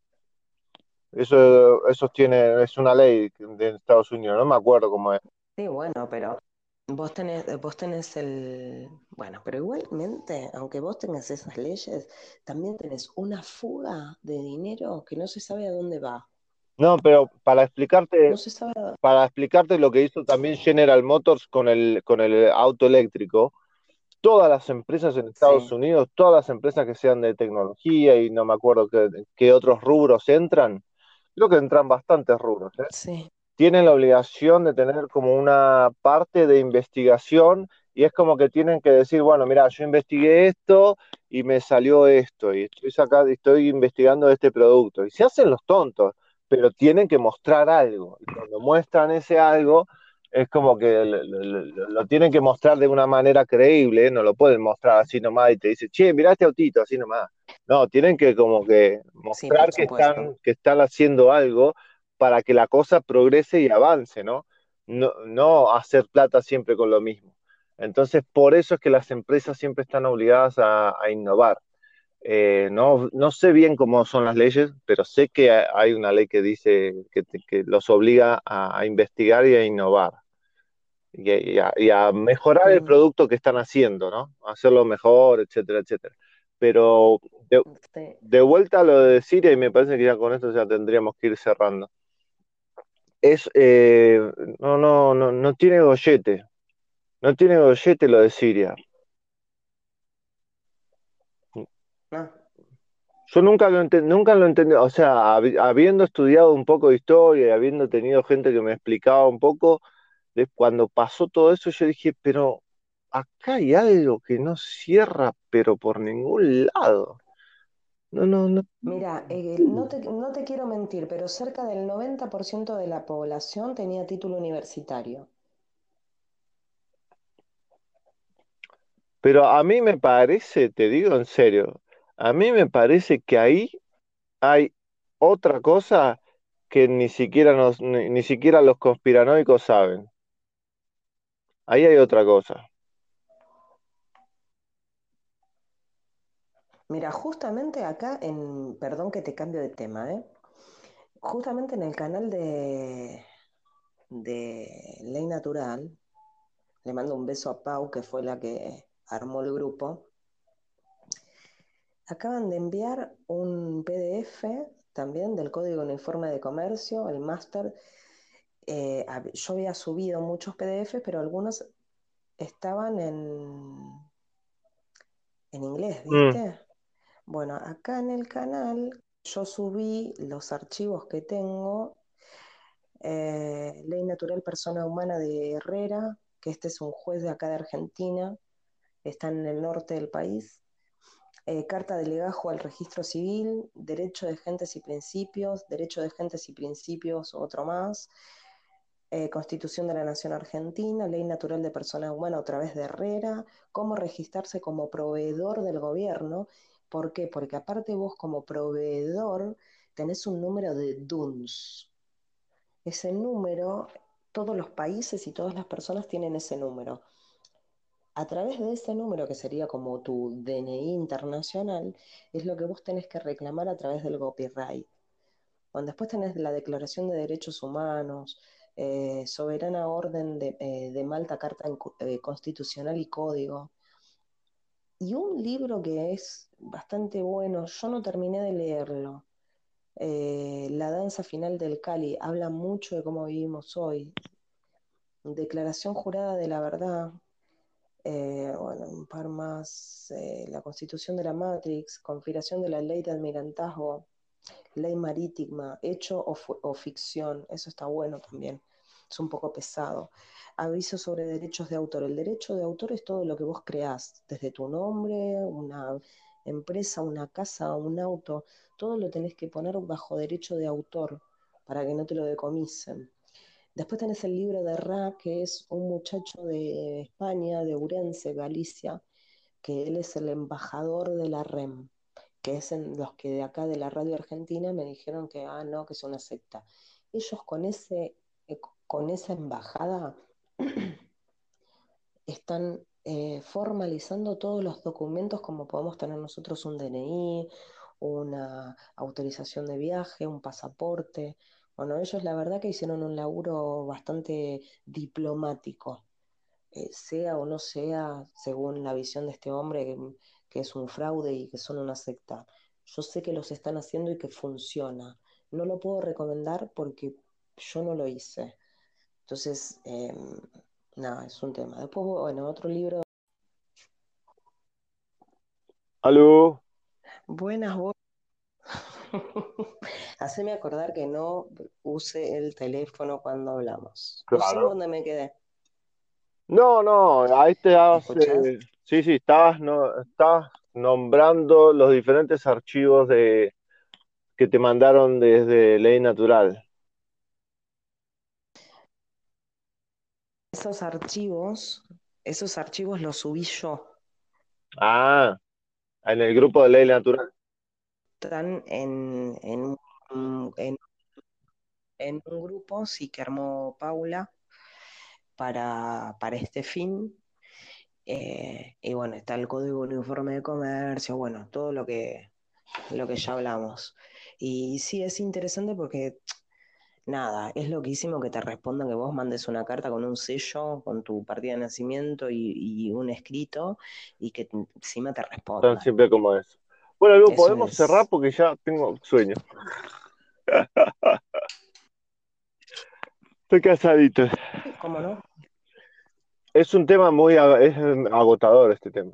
Eso es una ley de Estados Unidos, no me acuerdo cómo es. Sí, bueno, pero vos tenés bueno, pero igualmente, aunque vos tengas esas leyes, también tenés una fuga de dinero que no se sabe a dónde va. No, pero No se sabe a... para explicarte lo que hizo también General Motors con el auto eléctrico, todas las empresas en Estados Sí, Unidos, todas las empresas que sean de tecnología y no me acuerdo qué otros rubros entran, creo que entran bastantes rubros, ¿eh? sí, Tienen la obligación de tener como una parte de investigación y es como que tienen que decir, bueno, mira, yo investigué esto y me salió esto y estoy investigando este producto. Y se hacen los tontos, pero tienen que mostrar algo. Y cuando muestran ese algo, es como que lo tienen que mostrar de una manera creíble, ¿eh? No lo pueden mostrar así nomás y te dicen, che, mirá este autito, así nomás. No, tienen que como que sí, por mostrar supuesto. que están haciendo algo para que la cosa progrese y avance, ¿no? No hacer plata siempre con lo mismo. Entonces, por eso es que las empresas siempre están obligadas a innovar. No sé bien cómo son las leyes, pero sé que hay una ley que dice que los obliga a investigar y a innovar y a mejorar el Mm, producto que están haciendo, ¿no? Hacerlo mejor, etcétera, etcétera. Pero de, sí. de vuelta a lo de Siria, y me parece que ya con esto ya tendríamos que ir cerrando. es no tiene gollete, no tiene gollete lo de Siria. No. Yo nunca lo entendí, o sea, habiendo estudiado un poco de historia y habiendo tenido gente que me explicaba un poco de cuando pasó todo eso, yo dije, pero acá hay algo que no cierra, pero por ningún lado. No, no, no. Mira, no te quiero mentir, pero cerca del 90% de la población tenía título universitario. Pero a mí me parece, te digo en serio, a mí me parece que ahí hay otra cosa que ni siquiera los conspiranoicos saben. Ahí hay otra cosa. Mira, justamente acá perdón que te cambio de tema, ¿eh? Justamente en el canal de Ley Natural, le mando un beso a Pau, que fue la que armó el grupo. Acaban de enviar un PDF también del Código Uniforme de Comercio, el máster. Yo había subido muchos PDFs, pero algunos estaban en inglés, Mm, ¿viste? Bueno, acá en el canal yo subí los archivos que tengo. Ley Natural Persona Humana de Herrera, que este es un juez de acá de Argentina, está en el norte del país. Carta de legajo al registro civil, derecho de gentes y principios, derecho de gentes y principios, otro más. Constitución de la Nación Argentina, Ley Natural de Persona Humana, otra vez de Herrera, cómo registrarse como proveedor del gobierno. ¿Por qué? Porque aparte vos como proveedor tenés un número de DUNS. Ese número, todos los países y todas las personas tienen ese número. A través de ese número, que sería como tu DNI internacional, es lo que vos tenés que reclamar a través del copyright. Cuando después tenés la Declaración de Derechos Humanos, Soberana Orden de Malta, Carta Constitucional y Código. Y un libro que es bastante bueno, yo no terminé de leerlo, La danza final del Cali, habla mucho de cómo vivimos hoy. Declaración jurada de la verdad, bueno, un par más, la Constitución de la Matrix, Configuración de la Ley de Almirantazgo, Ley marítima, hecho o ficción, eso está bueno también, es un poco pesado. Aviso sobre derechos de autor. El derecho de autor es todo lo que vos creás, desde tu nombre, una empresa, una casa, un auto, todo lo tenés que poner bajo derecho de autor para que no te lo decomisen. Después tenés el libro de Ra, que es un muchacho de España, de Ourense, Galicia, que él es el embajador de la REM, que es en los que de acá de la radio argentina me dijeron que, no, que es una secta. Ellos eh, con esa embajada están formalizando todos los documentos como podemos tener nosotros un DNI, una autorización de viaje, un pasaporte. Bueno, ellos la verdad que hicieron un laburo bastante diplomático, sea o no sea, según la visión de este hombre, que es un fraude y que son una secta. Yo sé que los están haciendo y que funciona. No lo puedo recomendar porque yo no lo hice. Entonces, nada, es un tema. Después, bueno, otro libro. aló, Buenas, vos. Haceme acordar que no use el teléfono cuando hablamos. No sé en claro. dónde me quedé. No, no, ahí te ¿Me has, escuchás? sí, sí, estabas, no, estabas nombrando los diferentes archivos que te mandaron desde Ley Natural. Esos archivos los subí yo. Ah, en el grupo de Ley Natural. Están en en un grupo, sí, que armó Paula para este fin. Y bueno, está el Código Uniforme de Comercio, bueno, todo lo que ya hablamos. Y sí, es interesante porque, nada, es loquísimo que te respondan que vos mandes una carta con un sello, con tu partida de nacimiento y un escrito, y que encima te Tan respondan. simple como eso. Bueno, Lu, Eso podemos cerrar es, porque ya tengo sueño. Estoy cansadito. ¿cómo no? Es un tema es agotador este tema.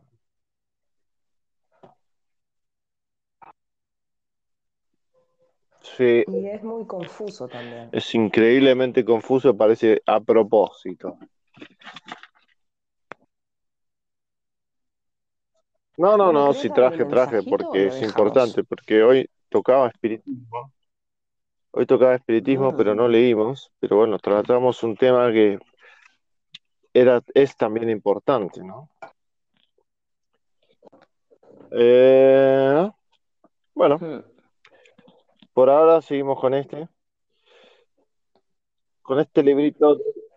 Sí, Y es muy confuso también. es increíblemente confuso, parece a propósito. No, no, Bueno, no, ¿querés sí darle traje, mensajito o porque lo es importante, dejamos? porque hoy tocaba espiritismo. Hoy tocaba espiritismo, pero no Mm, leímos. Pero bueno, tratamos un tema que es también importante, ¿no? Eh, bueno, mm. por ahora seguimos con este. con este librito,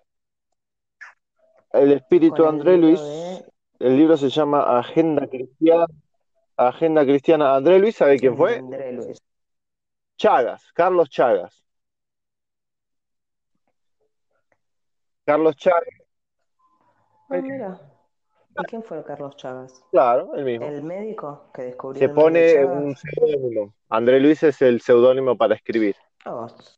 El espíritu Con de el André libro Luis. de El libro se llama Agenda Cristiana. Agenda Cristiana. André Luis, ¿sabe quién fue? André Luis. Chagas, Carlos Chagas. Carlos Chagas, Ah, mira. ¿Y quién fue Carlos Chagas? claro, el mismo. ¿El médico que descubrió Se el mal de pone un Chagas? seudónimo. André Luis es el seudónimo para escribir. A vos.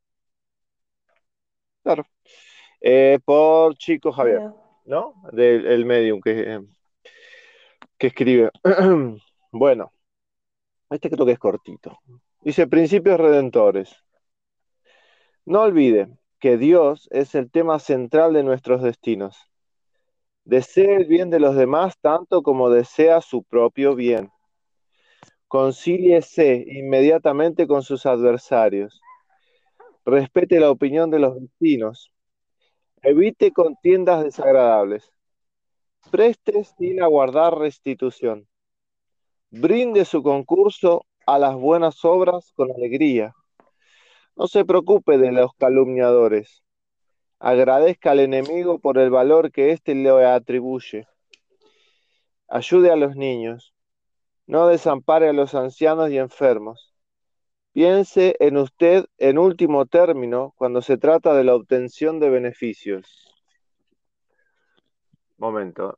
Claro. Por Chico Javier, Mira. ¿no? Del el medium que escribe. Bueno, este creo que es cortito. Dice, principios redentores. No olvide que Dios es el tema central de nuestros destinos. Desee el bien de los demás tanto como desea su propio bien. Concíliese inmediatamente con sus adversarios. Respete la opinión de los vecinos. Evite contiendas desagradables. Preste sin aguardar restitución. Brinde su concurso a las buenas obras con alegría. No se preocupe de los calumniadores. Agradezca al enemigo por el valor que éste le atribuye. Ayude a los niños. No desampare a los ancianos y enfermos. Piense en usted en último término cuando se trata de la obtención de beneficios. Momento.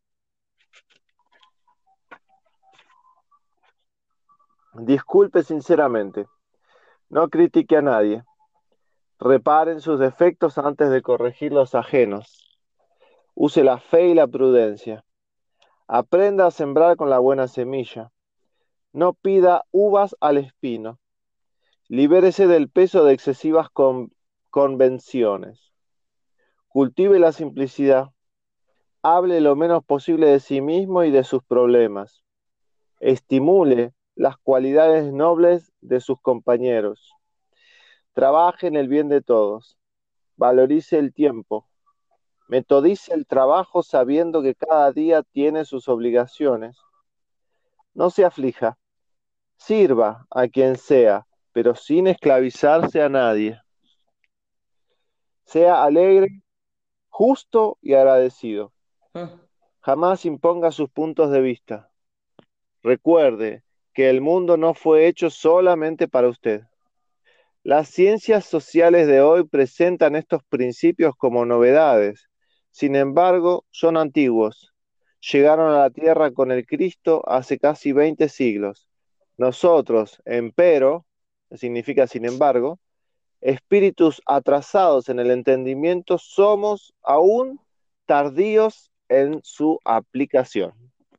Disculpe sinceramente. No critique a nadie. Repare en sus defectos antes de corregir los ajenos. Use la fe y la prudencia. Aprenda a sembrar con la buena semilla. No pida uvas al espino. Libérese del peso de excesivas convenciones. Cultive la simplicidad. Hable lo menos posible de sí mismo y de sus problemas. Estimule las cualidades nobles de sus compañeros. Trabaje en el bien de todos. Valorice el tiempo. Metodice el trabajo sabiendo que cada día tiene sus obligaciones. No se aflija. Sirva a quien sea, pero sin esclavizarse a nadie. Sea alegre, justo y agradecido. Mm. Jamás imponga sus puntos de vista. Recuerde que el mundo no fue hecho solamente para usted. Las ciencias sociales de hoy presentan estos principios como novedades. Sin embargo, son antiguos. Llegaron a la Tierra con el Cristo hace casi 20 siglos. Nosotros, empero, significa sin embargo, espíritus atrasados en el entendimiento, somos aún tardíos en su aplicación.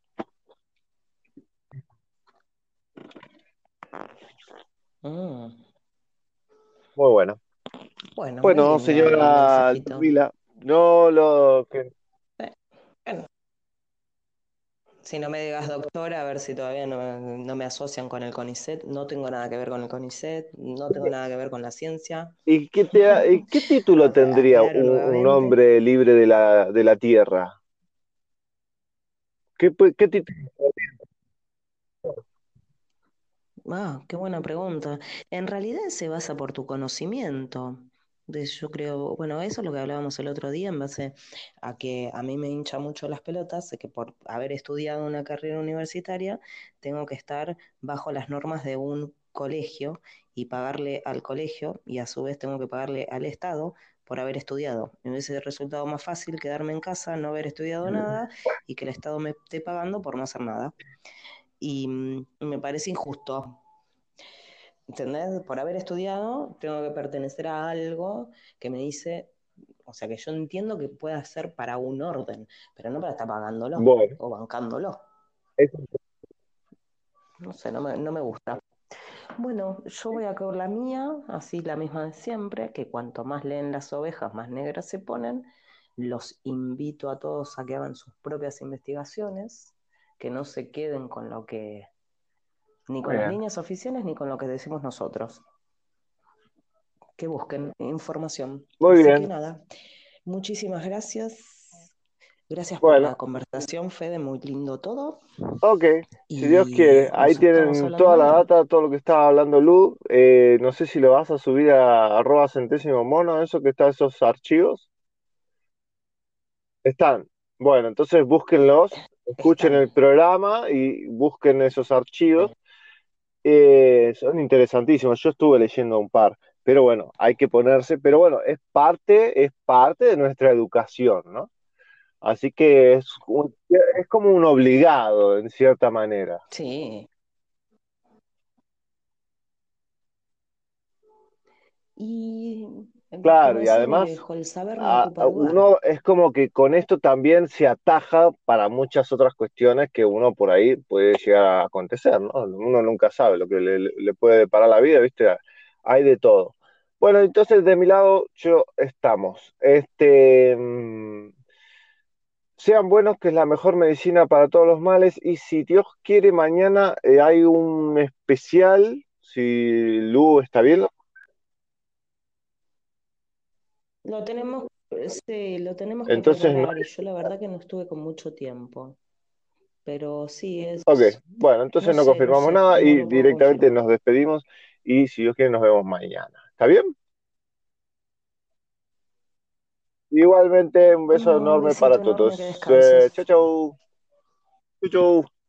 Mm. Muy bueno. Bueno, muy Bueno, lindo el señora mensajito. Vila, no lo que Bueno, si no me digas doctora, a ver si todavía no me asocian con el CONICET. No tengo nada que ver con el CONICET, no tengo nada que ver con la ciencia. ¿y qué título O sea, tendría aclaro un nuevamente. hombre libre de la tierra? ¿Qué título? Ah, qué buena pregunta. En realidad se basa por tu conocimiento. Yo creo, bueno, eso es lo que hablábamos el otro día en base a que a mí me hincha mucho las pelotas, de que por haber estudiado una carrera universitaria tengo que estar bajo las normas de un colegio y pagarle al colegio y a su vez tengo que pagarle al Estado por haber estudiado. Me hubiese resultado más fácil quedarme en casa, no haber estudiado nada y que el Estado me esté pagando por no hacer nada. Y me parece injusto. ¿Entendés? Por haber estudiado, tengo que pertenecer a algo que me dice, o sea, que yo entiendo que pueda ser para un orden, pero no para estar pagándolo Bueno, o bancándolo. eso No sé, no me gusta. Bueno, yo voy a con la mía, así la misma de siempre, que cuanto más leen las ovejas, más negras se ponen. Los invito a todos a que hagan sus propias investigaciones, que no se queden con lo que, ni muy con las bien. líneas oficiales, ni con lo que decimos nosotros. Que busquen información. Muy Así que bien. nada, muchísimas gracias. Gracias por Bueno, la conversación, Fede, muy lindo todo. ok, si Dios quiere, Y ahí nos estamos tienen hablando toda la mañana. data, todo lo que estaba hablando Lu. No sé si lo vas a subir a arroba centésimo mono, eso que está, esos archivos. Están. Bueno, entonces búsquenlos, escuchen Están. el programa y busquen esos archivos. Son interesantísimos. Yo estuve leyendo un par, pero bueno, hay que ponerse, pero bueno, es parte de nuestra educación, ¿no? Así que es como un obligado, en cierta manera. Sí. Y como Claro, y decía mi además viejo, el saber no ocupa lugar. uno es como que con esto también se ataja para muchas otras cuestiones que uno por ahí puede llegar a acontecer, ¿no? Uno nunca sabe lo que le puede deparar la vida, ¿viste? Hay de todo. Bueno, entonces de mi lado yo estamos. Sean buenos, que es la mejor medicina para todos los males, y si Dios quiere, mañana hay un especial, si Lu está bien. Sí, lo tenemos que Entonces, no. preparar y yo la verdad que no estuve con mucho tiempo. Pero sí es, Ok, bueno, entonces no no confirmamos sé, nada no y lo puedo directamente confirmar. nos despedimos y si Dios quiere nos vemos mañana. ¿Está bien? Igualmente, un beso Bueno, enorme para besito enorme, que todos. descanses. Chau, chau. Chau, chau.